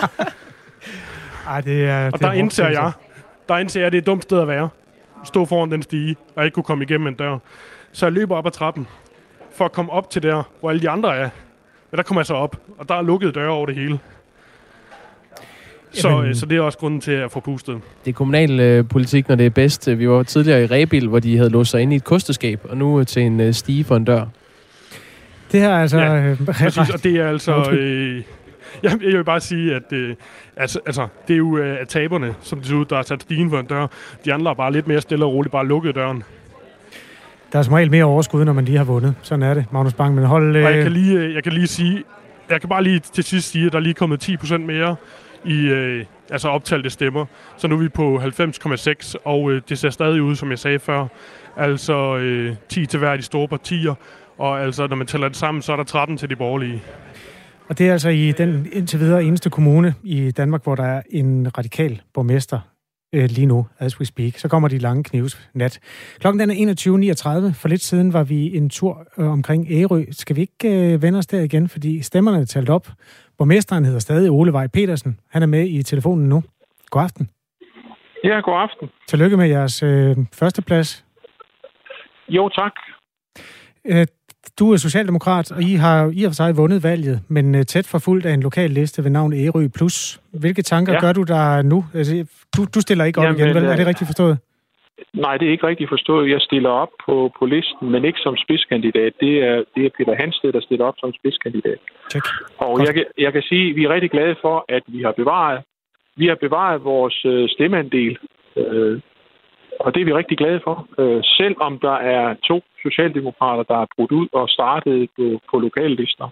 Speaker 1: Ej, det er,
Speaker 16: og
Speaker 1: det
Speaker 16: der
Speaker 1: er
Speaker 16: indser jeg, der indser jeg, at det er et dumt sted at være. Stå foran den stige, og ikke kunne komme igennem en dør. Så jeg løber op ad trappen, for at komme op til der, hvor alle de andre er. Men der kommer jeg så op, og der er lukkede døre over det hele. Så,
Speaker 1: Jamen.
Speaker 16: så det er også grunden til at få pustet.
Speaker 2: Det er kommunal øh, politik, når det er bedst. Vi var tidligere i Rebild, hvor de havde låst sig inde i et kosteskab, og nu til en øh, stige for en dør.
Speaker 1: Det her er altså...
Speaker 16: Ja,
Speaker 1: øh,
Speaker 16: præcis, og det er altså... Øh, jeg, jeg vil bare sige, at øh, altså, altså, det er jo øh, taberne, som det ser ud, der har sat stigen for en dør. De andre er bare lidt mere stille og roligt, bare lukket døren.
Speaker 1: Der er som regel mere overskud, når man lige har vundet. Sådan er det, Magnus Bang. Men hold... Øh...
Speaker 16: Og jeg kan, lige, jeg kan lige sige... Jeg kan bare lige til sidst sige, at der er lige kommet ti procent mere i øh, altså optalte stemmer. Så nu er vi på halvfems komma seks, og øh, det ser stadig ud, som jeg sagde før. Altså øh, ti til hver af de store partier. Og altså, når man tæller det sammen, så er der tretten til de borgerlige.
Speaker 1: Og det er altså i den indtil videre eneste kommune i Danmark, hvor der er en radikal borgmester øh, lige nu, as we speak. Så kommer de lange knives nat. Klokken den er enogtyve niogtredive. For lidt siden var vi en tur øh, omkring Ærø. Skal vi ikke øh, vende os der igen, fordi stemmerne er talt op. Borgmesteren hedder stadig Ole Vej Petersen. Han er med i telefonen nu. God aften.
Speaker 17: Ja, god aften.
Speaker 1: Tillykke med jeres øh, førsteplads.
Speaker 17: Jo, tak.
Speaker 1: Øh, Du er socialdemokrat, og I har i og for sig vundet valget, men uh, tæt forfulgt af en lokal liste ved navn Ærø Plus. Hvilke tanker ja. gør du der nu? Altså, du, du stiller ikke op Jamen, igen, vel? Er det rigtigt forstået?
Speaker 17: Nej, det er ikke rigtigt forstået. Jeg stiller op på, på listen, men ikke som spidskandidat. Det er, det er Peter Hansted, der stiller op som spidskandidat.
Speaker 1: Check.
Speaker 17: Og jeg, jeg kan sige, at vi er rigtig glade for, at vi har bevaret, vi har bevaret vores øh, stemmeandel. Øh, Og det er vi rigtig glade for. Øh, selvom der er to socialdemokrater, der er brudt ud og startet på, på lokallister.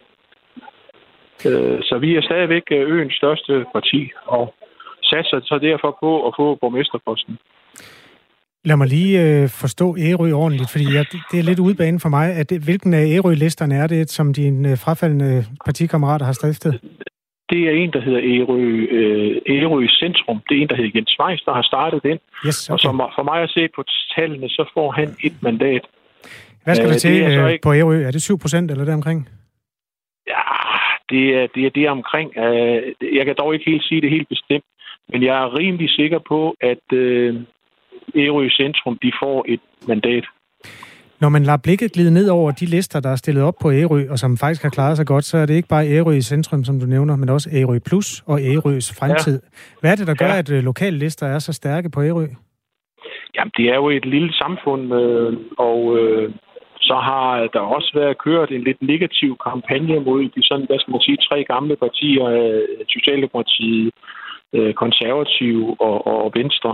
Speaker 17: Øh, så vi er stadigvæk øens største parti, og satser så derfor på at få borgmesterposten.
Speaker 1: Lad mig lige øh, forstå Ærø ordentligt, fordi jeg, det er lidt udebane for mig. At det, hvilken af Ærø-listerne er det, som dine frafaldende partikammerater har stiftet?
Speaker 17: Det er en, der hedder Ærø, øh, Ærø Centrum. Det er en, der hedder Jens Weiss, der har startet den.
Speaker 1: Yes, okay.
Speaker 17: Og som for mig at se på tallene, så får han et mandat.
Speaker 1: Hvad skal der
Speaker 17: øh,
Speaker 1: til
Speaker 17: er ikke...
Speaker 1: på Ærø? Er det syv procent eller deromkring?
Speaker 17: Ja, det er det, er det omkring. Jeg kan dog ikke helt sige det helt bestemt, men jeg er rimelig sikker på, at øh, Ærø Centrum de får et mandat.
Speaker 1: Når man lader blikket glide ned over de lister, der er stillet op på Ærø, og som faktisk har klaret sig godt, så er det ikke bare Ærø i centrum, som du nævner, men også Ærø Plus og Ærøs fremtid. Ja. Hvad er det, der gør, ja. at lokale lister er så stærke på Ærø?
Speaker 17: Jamen, det er jo et lille samfund, og øh, så har der også været kørt en lidt negativ kampagne mod de sådan, hvad skal man sige, tre gamle partier, Socialdemokratiet, Konservative og, og Venstre.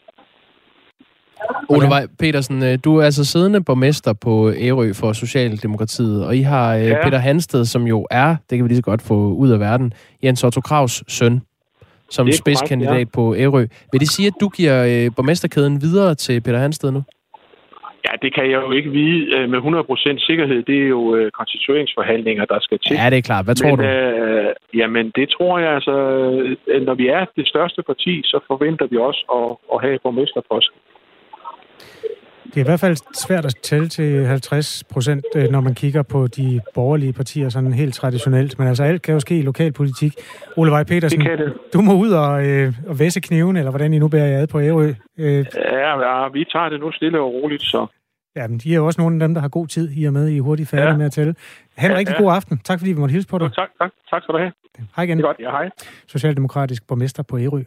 Speaker 2: Ole Vej Petersen, du er altså siddende borgmester på Ærø for Socialdemokratiet, og I har ja. Peter Hansted, som jo er, det kan vi lige så godt få ud af verden, Jens Otto Krags søn, som spidskandidat ja. på Ærø. Vil det sige, at du giver borgmesterkæden videre til Peter Hansted nu?
Speaker 17: Ja, det kan jeg jo ikke vide med hundrede procent sikkerhed. Det er jo konstitueringsforhandlinger, der skal til.
Speaker 2: Ja, det er klart. Hvad tror
Speaker 17: Men,
Speaker 2: du?
Speaker 17: Øh, jamen, det tror jeg altså, når vi er det største parti, så forventer vi også at, at have borgmesterposten.
Speaker 1: Det er i hvert fald svært at tælle til halvtreds procent, når man kigger på de borgerlige partier sådan helt traditionelt. Men altså alt kan jo ske i lokalpolitik. Ole Vej Petersen,
Speaker 17: det det.
Speaker 1: du må ud og, øh, og væsse kniven, eller hvordan I nu bærer jer ad på Ærø. Øh.
Speaker 17: Ja, ja, vi tager det nu stille og roligt, så.
Speaker 1: Ja, men de er jo også nogle af dem, der har god tid i og med, I er hurtigt færdige ja. med at tælle. Ha' en ja, rigtig ja. god aften. Tak fordi vi måtte hilse på dig.
Speaker 17: Tak, tak. Tak skal du have.
Speaker 1: Hej igen.
Speaker 17: Det er godt, ja, hej.
Speaker 1: Socialdemokratisk borgmester på Ærø.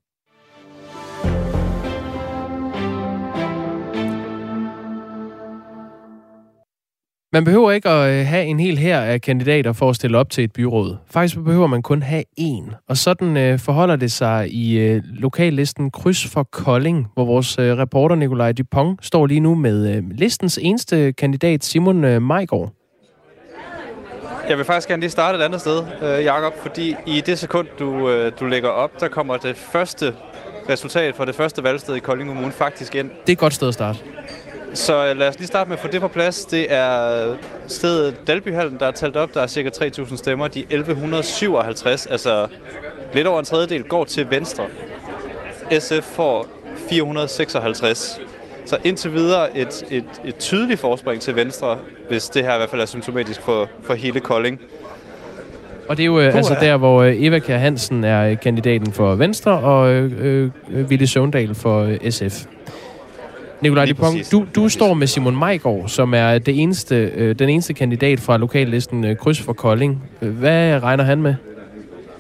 Speaker 2: Man behøver ikke at have en hel hær af kandidater for at stille op til et byråd. Faktisk behøver man kun have én. Og sådan øh, forholder det sig i øh, lokallisten Kryds for Kolding, hvor vores øh, reporter Nikolaj Dupont står lige nu med øh, listens eneste kandidat, Simon øh, Majgaard.
Speaker 18: Jeg vil faktisk gerne lige starte et andet sted, øh, Jakob, fordi i det sekund, du, øh, du lægger op, der kommer det første resultat fra det første valgsted i Kolding Kommune faktisk ind.
Speaker 2: Det er et godt sted at starte.
Speaker 18: Så lad os lige starte med at få det på plads. Det er stedet Dalbyhallen, der er talt op. Der er cirka tre tusind stemmer. De elleve syvoghalvtreds, altså lidt over en tredjedel, går til Venstre. S F får fire hundrede seksoghalvtreds. Så indtil videre et, et, et tydeligt forspring til Venstre, hvis det her i hvert fald er symptomatisk for, for hele Kolding.
Speaker 2: Og det er jo øh, altså der, hvor øh, Eva Kjær Hansen er kandidaten for Venstre, og øh, øh, Villy Søvndal for øh, S F. Nikolaj Dupont, du, du står med Simon Majgaard, som er det eneste, øh, den eneste kandidat fra lokallisten øh, Kryds for Kolding. Hvad regner han med?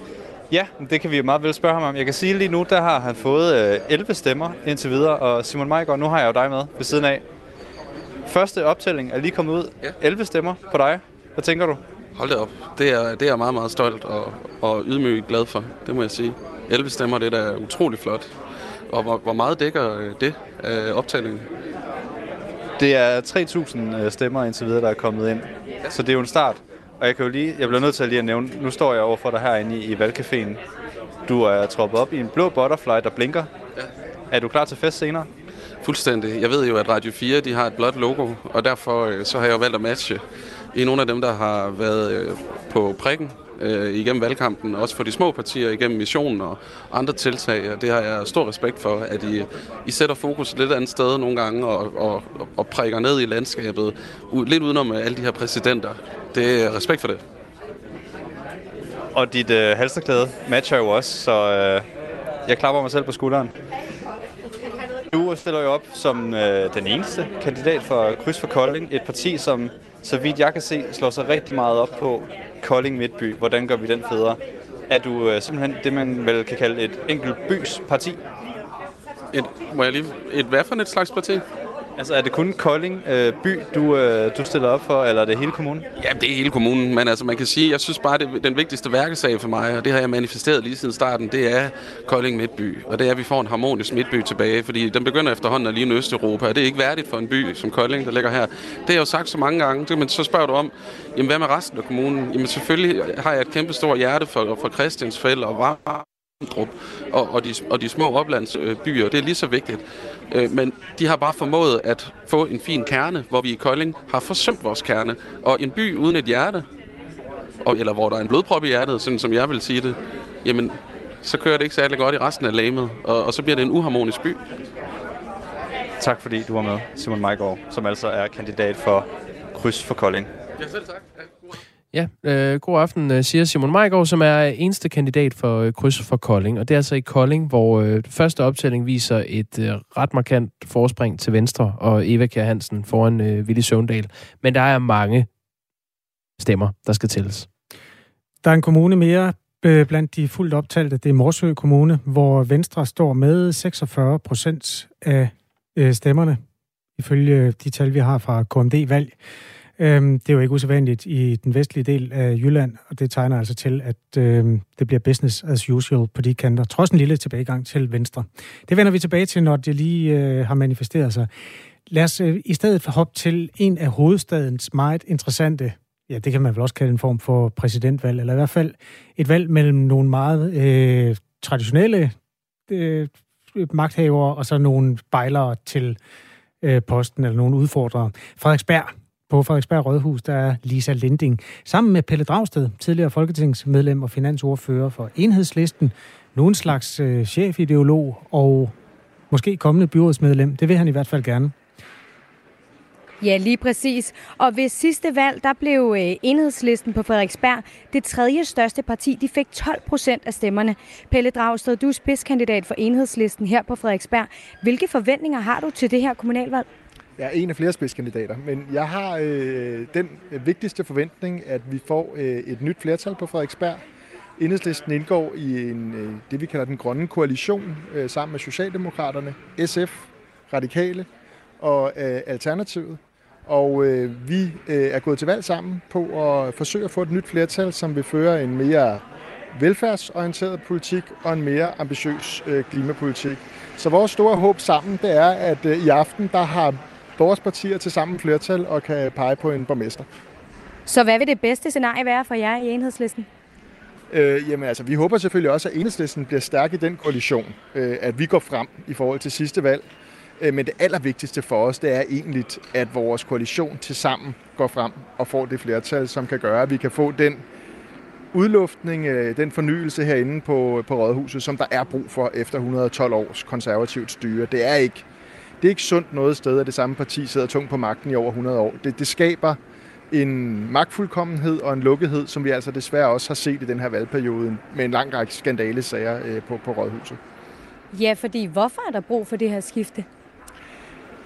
Speaker 18: Ja, det kan vi meget vel spørge ham om. Jeg kan sige lige nu, der har han fået øh, elleve stemmer indtil videre, og Simon Meiggaard, nu har jeg jo dig med ved siden af. Første optælling er lige kommet ud. Ja. elleve stemmer på dig. Hvad tænker du?
Speaker 19: Hold det op. Det er, det er jeg meget, meget stolt og, og ydmygt glad for, det må jeg sige. elleve stemmer, det er da utrolig flot. Og hvor, hvor meget dækker det af optællingen?
Speaker 18: Det er tre tusind stemmer indtil videre, der er kommet ind. Ja. Så det er jo en start. Og jeg kan jo lige, jeg bliver nødt til at lige at nævne, nu står jeg overfor dig herinde i, i valgcaféen. Du er troppet op i en blå butterfly, der blinker. Ja. Er du klar til fest senere?
Speaker 19: Fuldstændig. Jeg ved jo, at Radio fire de har et blåt logo, og derfor så har jeg jo valgt at matche i nogle af dem, der har været på prikken øh, igennem valgkampen, også for de små partier igennem missionen og andre tiltag. Og det har jeg stor respekt for, at I, I sætter fokus et lidt andet sted nogle gange og, og, og prikker ned i landskabet, lidt udenom alle de her præsidenter. Det er respekt for det.
Speaker 18: Og dit øh, halsterklæde matcher jo også, så øh, jeg klapper mig selv på skulderen. Du stiller jo op som øh, den eneste kandidat for Kryds for Kolding, et parti, som, så vidt jeg kan se, slår sig rigtig meget op på Kolding Midtby. Hvordan gør vi den federe? Er du øh, simpelthen det, man vel kan kalde et enkelt bys parti?
Speaker 19: Et, må jeg lige, et hvad for et slags parti?
Speaker 18: Altså, er det kun Kolding øh, by, du, øh, du stiller op for, eller er det hele kommunen?
Speaker 19: Ja, det er hele kommunen, men altså, man kan sige, jeg synes bare, det den vigtigste værkesag for mig, og det har jeg manifesteret lige siden starten, det er Kolding Midtby, og det er, at vi får en harmonisk midtby tilbage, fordi den begynder efterhånden at ligne Østeuropa, og det er ikke værdigt for en by som Kolding, der ligger her. Det har jeg jo sagt så mange gange, men så spørger du om, jamen hvad med resten af kommunen? Jamen selvfølgelig har jeg et kæmpe stort hjerte for, for Christiansfeld og Var. Og, og, de, og de små oplandsbyer, det er lige så vigtigt. Men de har bare formået at få en fin kerne, hvor vi i Kolding har forsømt vores kerne. Og en by uden et hjerte, og, eller hvor der er en blodprop i hjertet, sådan som jeg vil sige det, jamen, så kører det ikke særlig godt i resten af lamet, og, og så bliver det en uharmonisk by.
Speaker 18: Tak fordi du var med, Simon Meiggaard, som altså er kandidat for Kryds for Kolding.
Speaker 19: Ja, selv tak. Ja.
Speaker 2: Ja, øh, god aften, siger Simon Meiggaard, som er eneste kandidat for øh, Kryds for Kolding. Og det er altså i Kolding, hvor øh, første optælling viser et øh, ret markant forspring til venstre, og Eva Kjær Hansen foran øh, Villy Søvndal. Men der er mange stemmer, der skal tælles.
Speaker 1: Der er en kommune mere øh, blandt de fuldt optalte. Det er Morsø Kommune, hvor Venstre står med seksogfyrre procent af øh, stemmerne, ifølge de tal, vi har fra K M D-valg. Det er jo ikke usædvanligt i den vestlige del af Jylland, og det tegner altså til, at øh, det bliver business as usual på de kanter, trods en lille tilbagegang til venstre. Det vender vi tilbage til, når det lige øh, har manifesteret sig. Lad os øh, i stedet for hoppe til en af hovedstadens meget interessante, ja, det kan man vel også kalde en form for præsidentvalg, eller i hvert fald et valg mellem nogle meget øh, traditionelle øh, magthavere, og så nogle bejlere til øh, posten, eller nogle udfordrere. Frederiksberg. På Frederiksberg Rådhus, der er Lisa Linding, sammen med Pelle Dragsted, tidligere folketingsmedlem og finansordfører for Enhedslisten, nu en slags øh, chefideolog og måske kommende byrådsmedlem. Det vil han i hvert fald gerne.
Speaker 15: Ja, lige præcis. Og ved sidste valg, der blev Enhedslisten på Frederiksberg det tredje største parti. De fik tolv procent af stemmerne. Pelle Dragsted, du er spidskandidat for Enhedslisten her på Frederiksberg. Hvilke forventninger har du til det her kommunalvalg?
Speaker 20: Jeg er en af flere spidskandidater, men jeg har øh, den vigtigste forventning, at vi får øh, et nyt flertal på Frederiksberg. Enhedslisten indgår i en, øh, det, vi kalder den grønne koalition, øh, sammen med Socialdemokraterne, S F, Radikale og øh, Alternativet. Og øh, vi øh, er gået til valg sammen på at forsøge at få et nyt flertal, som vil føre en mere velfærdsorienteret politik og en mere ambitiøs øh, klimapolitik. Så vores store håb sammen, det er, at øh, i aften, der har vores partier til sammen flertal og kan pege på en borgmester.
Speaker 15: Så hvad vil det bedste scenarie være for jer i Enhedslisten?
Speaker 20: Øh, jamen altså, vi håber selvfølgelig også, at Enhedslisten bliver stærk i den koalition, øh, at vi går frem i forhold til sidste valg. Øh, men det allervigtigste for os, det er egentlig, at vores koalition til sammen går frem og får det flertal, som kan gøre, at vi kan få den udluftning, øh, den fornyelse herinde på, på Rådhuset, som der er brug for efter et hundrede og tolv års konservativt styre. Det er ikke Det er ikke sundt noget sted, at det samme parti sidder tungt på magten i over hundrede år. Det, det skaber en magtfuldkommenhed og en lukkethed, som vi altså desværre også har set i den her valgperiode med en lang række skandalesager øh, på, på Rådhuset.
Speaker 15: Ja, fordi hvorfor er der brug for det her skifte?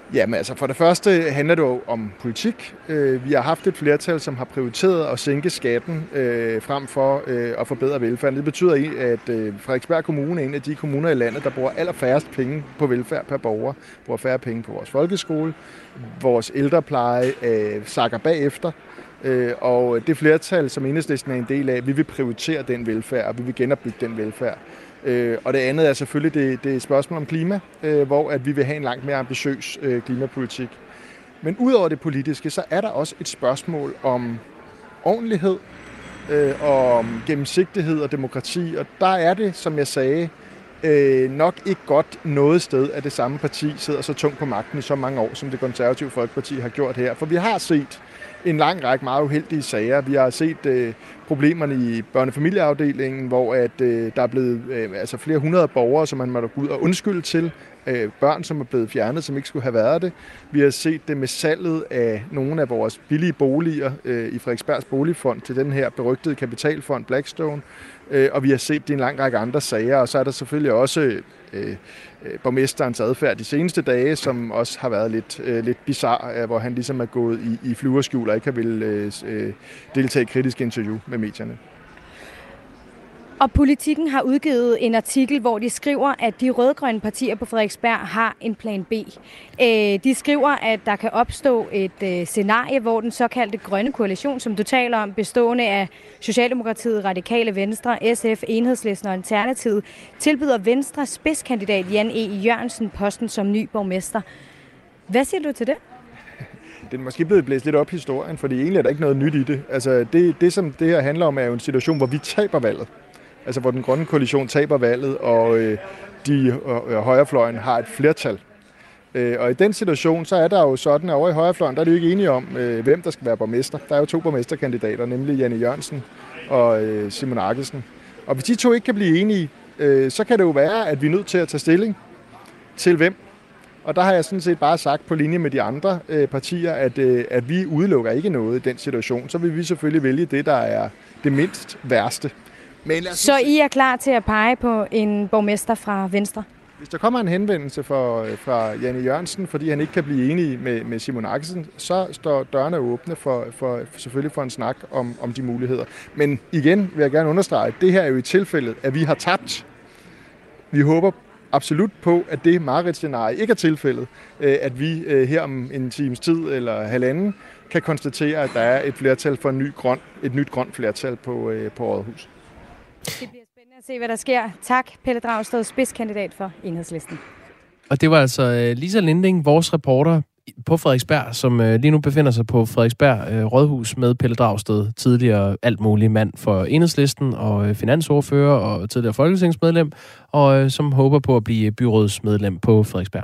Speaker 20: Jamen altså, for det første handler det jo om politik. Vi har haft et flertal, som har prioriteret at sænke skatten øh, frem for øh, at forbedre velfærden. Det betyder, at øh, Frederiksberg Kommune er en af de kommuner i landet, der bruger allerfærrest penge på velfærd per borger. Bruger færre penge på vores folkeskole. Vores ældrepleje øh, sakker bagefter. Øh, og det flertal, som Enhedslisten er en del af, vi vil prioritere den velfærd, og vi vil genopbygge den velfærd. Øh, og det andet er selvfølgelig det, det er et spørgsmål om klima, øh, hvor at vi vil have en langt mere ambitiøs øh, klimapolitik. Men udover det politiske, så er der også et spørgsmål om ordentlighed, øh, og om gennemsigtighed og demokrati. Og der er det, som jeg sagde, øh, nok ikke godt noget sted, at det samme parti sidder så tungt på magten i så mange år, som det konservative Folkeparti har gjort her. For vi har set en lang række meget uheldige sager. Vi har set øh, problemerne i børnefamilieafdelingen, hvor at, øh, der er blevet øh, altså flere hundrede borgere, som man måtte gå ud og undskylde til. Øh, børn, som er blevet fjernet, som ikke skulle have været det. Vi har set det med salget af nogle af vores billige boliger øh, i Frederiksbergs Boligfond til den her berygtede kapitalfond Blackstone. Øh, og vi har set det i en lang række andre sager. Og så er der selvfølgelig også øh, borgmesterens adfærd de seneste dage, som også har været lidt, øh, lidt bizarre, hvor han ligesom er gået i, i flyverskjul og ikke har vil øh, deltage i kritisk interview med medierne.
Speaker 15: Og Politikken har udgivet en artikel, hvor de skriver, at de rødgrønne partier på Frederiksberg har en plan B. De skriver, at der kan opstå et scenarie, hvor den såkaldte grønne koalition, som du taler om, bestående af Socialdemokratiet, Radikale Venstre, S F, Enhedslisten og Alternativet, tilbyder Venstres spidskandidat Jan E. Jørgensen posten som ny borgmester. Hvad siger du til det?
Speaker 20: Det er måske blevet blæst lidt op historien, fordi egentlig er der ikke noget nyt i det. Altså det, det som det her handler om, er jo en situation, hvor vi taber valget. Altså hvor den grønne koalition taber valget, og øh, de øh, højrefløjen har et flertal. Øh, og i den situation, så er der jo sådan, at over i højrefløjen, der er de jo ikke enige om, øh, hvem der skal være borgmester. Der er jo to borgmesterkandidater, nemlig Jan E. Jørgensen og øh, Simon Arkesen. Og hvis de to ikke kan blive enige, øh, så kan det jo være, at vi er nødt til at tage stilling til hvem. Og der har jeg sådan set bare sagt på linje med de andre øh, partier, at, øh, at vi udelukker ikke noget i den situation. Så vil vi selvfølgelig vælge det, der er det mindst værste.
Speaker 15: Men så I er klar til at pege på en borgmester fra Venstre?
Speaker 20: Hvis der kommer en henvendelse fra, fra Jan E. Jørgensen, fordi han ikke kan blive enig med, med Simon Arkesen, så står dørene åbne for, for, selvfølgelig for en snak om, om de muligheder. Men igen vil jeg gerne understrege, at det her er jo i tilfældet, at vi har tabt. Vi håber absolut på, at det mareridtscenarie ikke er tilfældet, at vi her om en times tid eller halvanden kan konstatere, at der er et flertal for en ny grøn, et nyt grønt flertal på, på Rådhus.
Speaker 15: Det bliver spændende at se, hvad der sker. Tak, Pelle Dragsted, spidskandidat for Enhedslisten.
Speaker 2: Og det var altså Lisa Linding, vores reporter på Frederiksberg, som lige nu befinder sig på Frederiksberg Rådhus med Pelle Dragsted, tidligere alt mulig mand for Enhedslisten og finansordfører og tidligere folketingsmedlem, og som håber på at blive byrådsmedlem på Frederiksberg.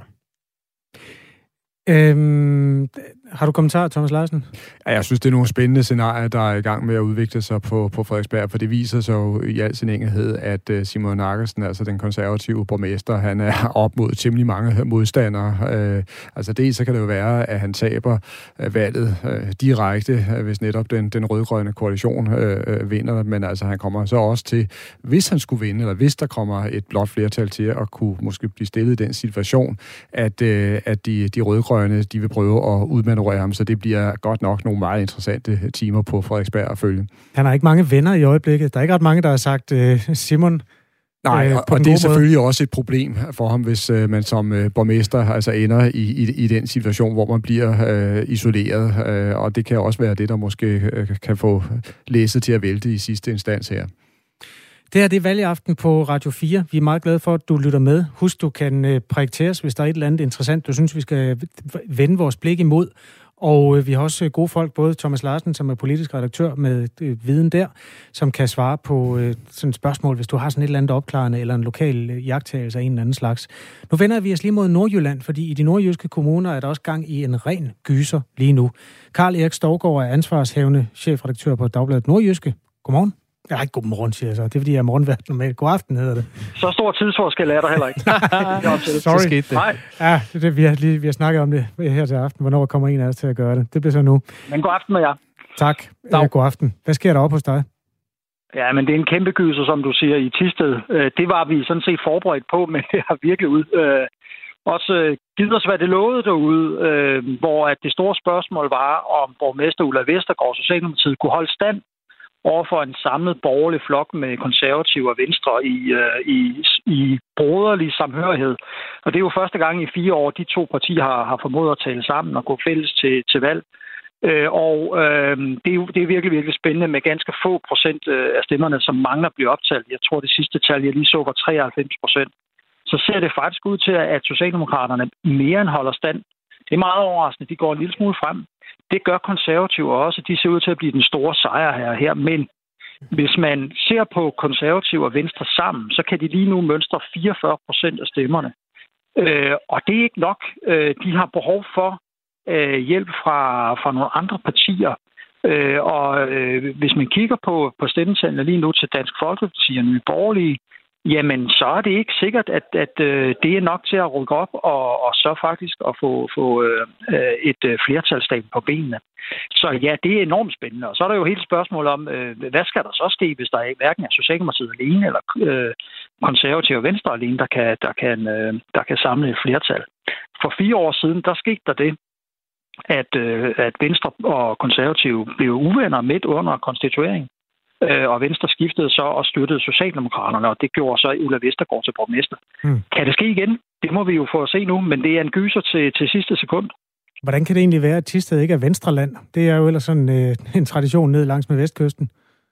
Speaker 1: Øhm, har du kommentarer, Thomas Larsen?
Speaker 5: Ja, jeg synes, det er nogle spændende scenarier, der er i gang med at udvikle sig på, på Frederiksberg, for det viser sig jo i al sin enkelhed, at Simon Arkesen, altså den konservative borgmester, han er op mod temmelig mange modstandere. Øh, altså dels så kan det jo være, at han taber valget øh, direkte, hvis netop den, den rød-grønne koalition øh, vinder, men altså han kommer så også til, hvis han skulle vinde, eller hvis der kommer et blåt flertal til at kunne måske blive stillet i den situation, at, øh, at de, de rød-grønne, de vil prøve at udmanøvrere ham, så det bliver godt nok nogle meget interessante timer på Frederiksberg at følge.
Speaker 1: Han har ikke mange venner i øjeblikket. Der er ikke ret mange, der har sagt uh, Simon.
Speaker 5: Nej, og, og det er selvfølgelig måde. Også et problem for ham, hvis uh, man som uh, borgmester altså ender i, i, i den situation, hvor man bliver uh, isoleret, uh, og det kan også være det, der måske uh, kan få læsset til at vælte i sidste instans her.
Speaker 1: Det her det er valgaften på Radio fire. Vi er meget glade for, at du lytter med. Husk, du kan uh, prikke til os, hvis der er et eller andet interessant, du synes, vi skal vende vores blik imod. Og øh, vi har også øh, gode folk, både Thomas Larsen, som er politisk redaktør med øh, viden der, som kan svare på øh, sådan et spørgsmål, hvis du har sådan et eller andet opklarende, eller en lokal øh, jagttagelse af en eller anden slags. Nu vender vi os lige mod Nordjylland, fordi i de nordjyske kommuner er der også gang i en ren gyser lige nu. Karl Erik Stovgaard er ansvarshævende chefredaktør på Dagbladet Nordjyske. Godmorgen. Ja, ikke godmorgen, siger jeg så. Det er, fordi jeg er morgenvært normalt. God aften hedder det.
Speaker 21: Så stor tidsforskel er der heller ikke.
Speaker 1: Sorry. Så skete det. Nej. Ja, det, det, vi, har lige, vi har snakket om det her til aften. Hvornår kommer en af os til at gøre det? Det bliver så nu.
Speaker 21: Men god aften med jer.
Speaker 1: Tak. Ja, god aften. Hvad sker der op hos dig?
Speaker 21: Ja, men det er en kæmpe gyser, som du siger, i Thisted. Det var vi sådan set forberedt på, men det har virkelig ud, øh, også øh, givet os, hvad det lovede derude, øh, hvor at det store spørgsmål var, om borgmester Ulla Vestergaard, Socialdemokratiet, kunne holde stand overfor en samlet borgerlig flok med konservative og venstre i, øh, i, i broderlig samhørighed. Og det er jo første gang i fire år, de to partier har, har formået at tale sammen og gå fælles til, til valg. Øh, og øh, det, er jo, det er virkelig, virkelig spændende med ganske få procent af stemmerne, som mangler at blive optalt. Jeg tror, det sidste tal, jeg lige så, var treoghalvfems procent. Så ser det faktisk ud til, at Socialdemokraterne mere end holder stand. Det er meget overraskende. De går en lille smule frem. Det gør konservative også. De ser ud til at blive den store sejr her. her. Men hvis man ser på konservative og venstre sammen, så kan de lige nu mønstre fireogfyrre procent af stemmerne. Øh, og det er ikke nok. Øh, de har behov for øh, hjælp fra, fra nogle andre partier. Øh, og øh, hvis man kigger på, på stemmetallene lige nu til Dansk Folkeparti og Nye Borgerlige, jamen så er det ikke sikkert, at, at øh, det er nok til at rykke op og, og så faktisk at få, få øh, et øh, flertalsstat på benene. Så ja, det er enormt spændende. Og så er der jo hele spørgsmålet om, øh, hvad skal der så ske, hvis der ikke hverken er Socialdemokratiet alene eller øh, konservative og venstre alene, der kan, der, kan, øh, der kan samle et flertal. For fire år siden, der skete der det, at, øh, at Venstre og konservative blev uvenner midt under konstitueringen. Og Venstre skiftede så og støttede Socialdemokraterne, og det gjorde så Ulla Vestergaard til borgmester. Mm. Kan det ske igen? Det må vi jo få at se nu, men det er en gyser til, til sidste sekund.
Speaker 1: Hvordan kan det egentlig være, at Thisted ikke er Venstreland? Det er jo ellers sådan øh, en tradition ned langs med Vestkysten.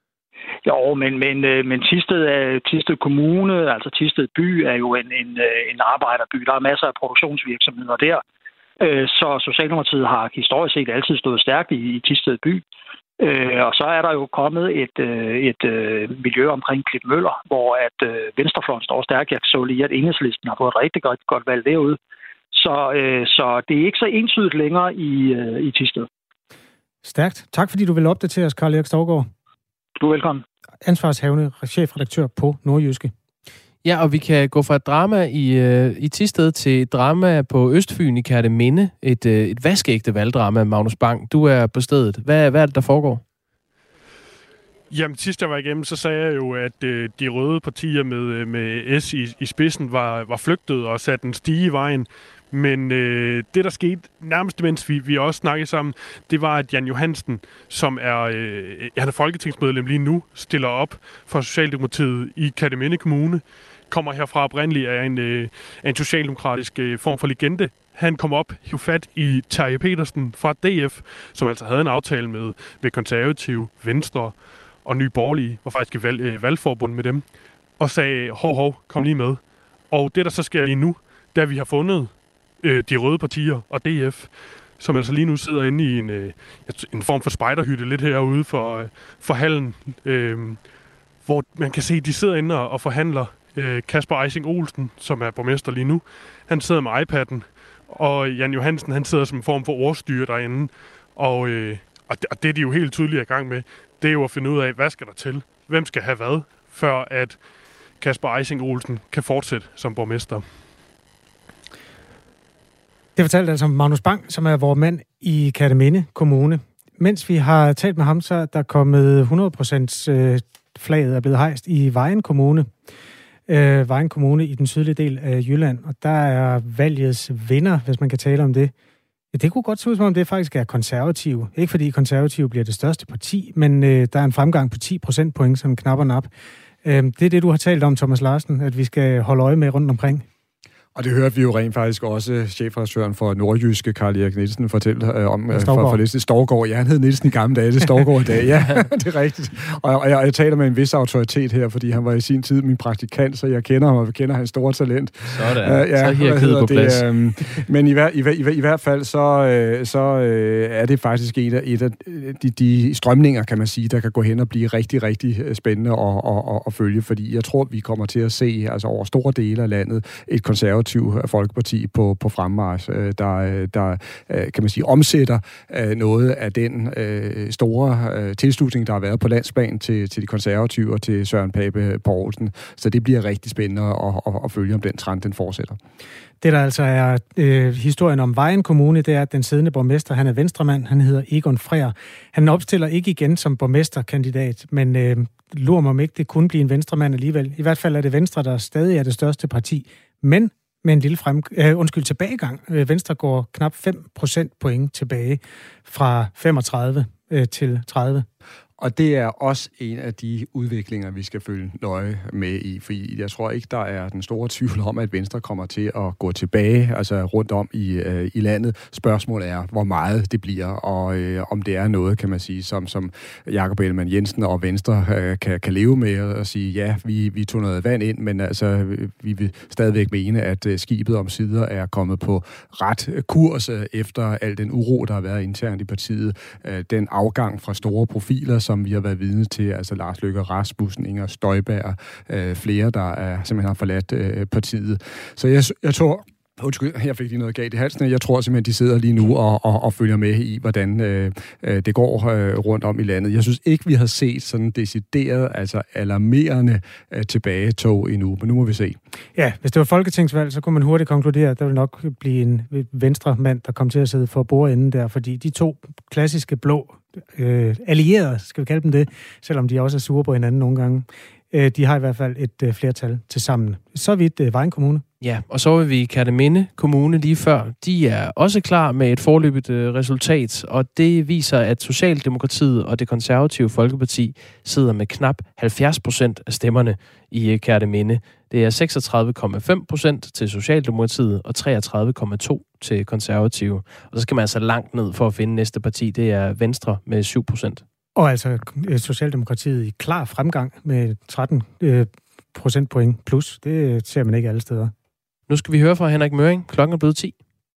Speaker 21: Jo, men, men, men Thisted, er, Thisted Kommune, altså Thisted by, er jo en, en, en arbejderby. Der er masser af produktionsvirksomheder der. Så Socialdemokratiet har historisk set altid stået stærkt i, i Thisted by. Øh, og så er der jo kommet et, øh, et øh, miljø omkring Klitmøller, hvor at øh, venstrefløjen står stærkt. Jeg så lige, at Enhedslisten har fået et rigtig godt, godt valg derude. Så, øh, så det er ikke så entydigt længere i, øh, i Thisted.
Speaker 1: Stærkt. Tak fordi du vil opdatere os, Karl Erik Stougaard.
Speaker 21: Du er velkommen.
Speaker 1: Ansvarshavende chefredaktør på Nordjyske.
Speaker 2: Ja, og vi kan gå fra et drama i, øh, i Thisted til et drama på Østfyn i Kerteminde. Et, øh, et vaskeægte valgdrama, Magnus Bang. Du er på stedet. Hvad, hvad er det, der foregår?
Speaker 16: Jamen, sidst jeg var igennem, så sagde jeg jo, at øh, de røde partier med, med S i, i spidsen var, var flygtet og sat en stige i vejen. Men øh, det, der skete nærmest, mens vi, vi også snakkede sammen, det var, at Jan Johansen, som er, øh, han er folketingsmedlem lige nu, stiller op for Socialdemokratiet i Kerteminde Kommune, kommer herfra oprindeligt af en, øh, af en socialdemokratisk øh, form for legende. Han kom op, hiv fat i Terje Petersen fra D F, som altså havde en aftale med, med konservative, Venstre og Nye Borgerlige, var faktisk i valg, øh, valgforbund med dem, og sagde, hov, hov, kom lige med. Og det, der så sker lige nu, da vi har fundet øh, de røde partier og D F, som altså lige nu sidder inde i en, øh, en form for spejderhytte lidt herude for, øh, for hallen, øh, hvor man kan se, at de sidder inde og, og forhandler. Øh, Kasper Eising Olsen, som er borgmester lige nu, han sidder med iPad'en, og Jan Johansen, han sidder som en form for ordstyre derinde. Og, øh, og, det, og det, de jo helt tydeligt er i gang med, det er jo at finde ud af, hvad skal der til? Hvem skal have hvad, før at Kasper Eising Olsen kan fortsætte som borgmester?
Speaker 1: Det fortalte altså Magnus Bang, som er vores mand i Kerteminde Kommune. Mens vi har talt med ham, så er der kommet hundrede procent øh, flaget er blevet hejst i Vejen Kommune. Øh, Vejen Kommune i den sydlige del af Jylland, og der er valgets vinder, hvis man kan tale om det. Ja, det kunne godt se ud, som om det faktisk er konservative. Ikke fordi konservative bliver det største parti, men øh, der er en fremgang på ti procentpoint, som knapper nap. Øh, det er det, du har talt om, Thomas Larsen, at vi skal holde øje med rundt omkring.
Speaker 5: Og det hørte vi jo rent faktisk også chefredaktøren for Nordjyske, Karl Erik Nielsen, fortælle øh, om øh, for, for Liste Storgård. Ja, han hed Nielsen i gamle dage, det er Storgård i dag. Ja, det er rigtigt. Og, og, jeg, og jeg taler med en vis autoritet her, fordi han var i sin tid min praktikant, så jeg kender ham og kender hans store talent.
Speaker 2: Sådan, uh, ja, så hierarkiet på plads. Det, øh,
Speaker 5: men i, hver, i, i, i hvert fald, så, øh, så øh, er det faktisk et af, et af de, de strømninger, kan man sige, der kan gå hen og blive rigtig, rigtig spændende at, at, at, at følge, fordi jeg tror, vi kommer til at se altså over store dele af landet et konservativt folkeparti på, på fremmarch, der, der, kan man sige, omsætter noget af den store tilslutning, der har været på landsplan til, til de konservative og til Søren Pape Poulsen. Så det bliver rigtig spændende at, at, at følge, om den trend, den fortsætter.
Speaker 1: Det, der altså er øh, historien om Vejen Kommune, det er, at den siddende borgmester, han er venstremand, han hedder Egon Freer. Han opstiller ikke igen som borgmesterkandidat, men øh, lurer mig om ikke, det kunne blive en venstremand alligevel. I hvert fald er det Venstre, der stadig er det største parti. Men med en lille frem, øh, undskyld, tilbagegang. Venstre går knap fem procentpoint tilbage fra femogtredive øh, til tredive.
Speaker 5: Og det er også en af de udviklinger, vi skal følge nøje med i, for jeg tror ikke, der er den store tvivl om, at Venstre kommer til at gå tilbage, altså rundt om i, øh, i landet. Spørgsmålet er, hvor meget det bliver, og øh, om det er noget, kan man sige, som, som Jakob Ellemann-Jensen og Venstre øh, kan, kan leve med og sige, ja, vi, vi tog noget vand ind, men altså, vi vil stadigvæk mene, at øh, skibet om sider er kommet på ret kurs øh, efter al den uro, der har været internt i partiet. Øh, den afgang fra store profiler, som vi har været vidne til, altså Lars Løkke Rasmussen, Inger Støjberg, øh, flere, der er, simpelthen har forladt øh, partiet. Så jeg, jeg tror, undskyld, jeg fik lige noget galt i halsen, jeg tror simpelthen, de sidder lige nu og, og, og følger med i, hvordan øh, det går øh, rundt om i landet. Jeg synes ikke, vi har set sådan decideret, altså alarmerende øh, tilbagetog endnu, men nu må vi se.
Speaker 1: Ja, hvis det var folketingsvalg, så kunne man hurtigt konkludere, at der vil nok blive en venstre mand, der kom til at sidde for bordenden der, fordi de to klassiske blå øh, allierede, skal vi kalde dem det, selvom de også er sure på hinanden nogle gange, øh, de har i hvert fald et øh, flertal til sammen. Så vidt øh, Vejen Kommune.
Speaker 2: Ja, og så vil vi Kerteminde Kommune lige før. De er også klar med et foreløbigt øh, resultat, og det viser, at Socialdemokratiet og det konservative Folkeparti sidder med knap halvfjerds procent af stemmerne i øh, Kerteminde. Det er seksogtredive komma fem procent til Socialdemokratiet og treogtredive komma to til konservative. Og så skal man altså langt ned for at finde næste parti. Det er Venstre med syv procent.
Speaker 1: Og altså Socialdemokratiet i klar fremgang med tretten øh, procentpoint plus. Det ser man ikke alle steder.
Speaker 2: Nu skal vi høre fra Henrik Møring. Klokken er blevet ti.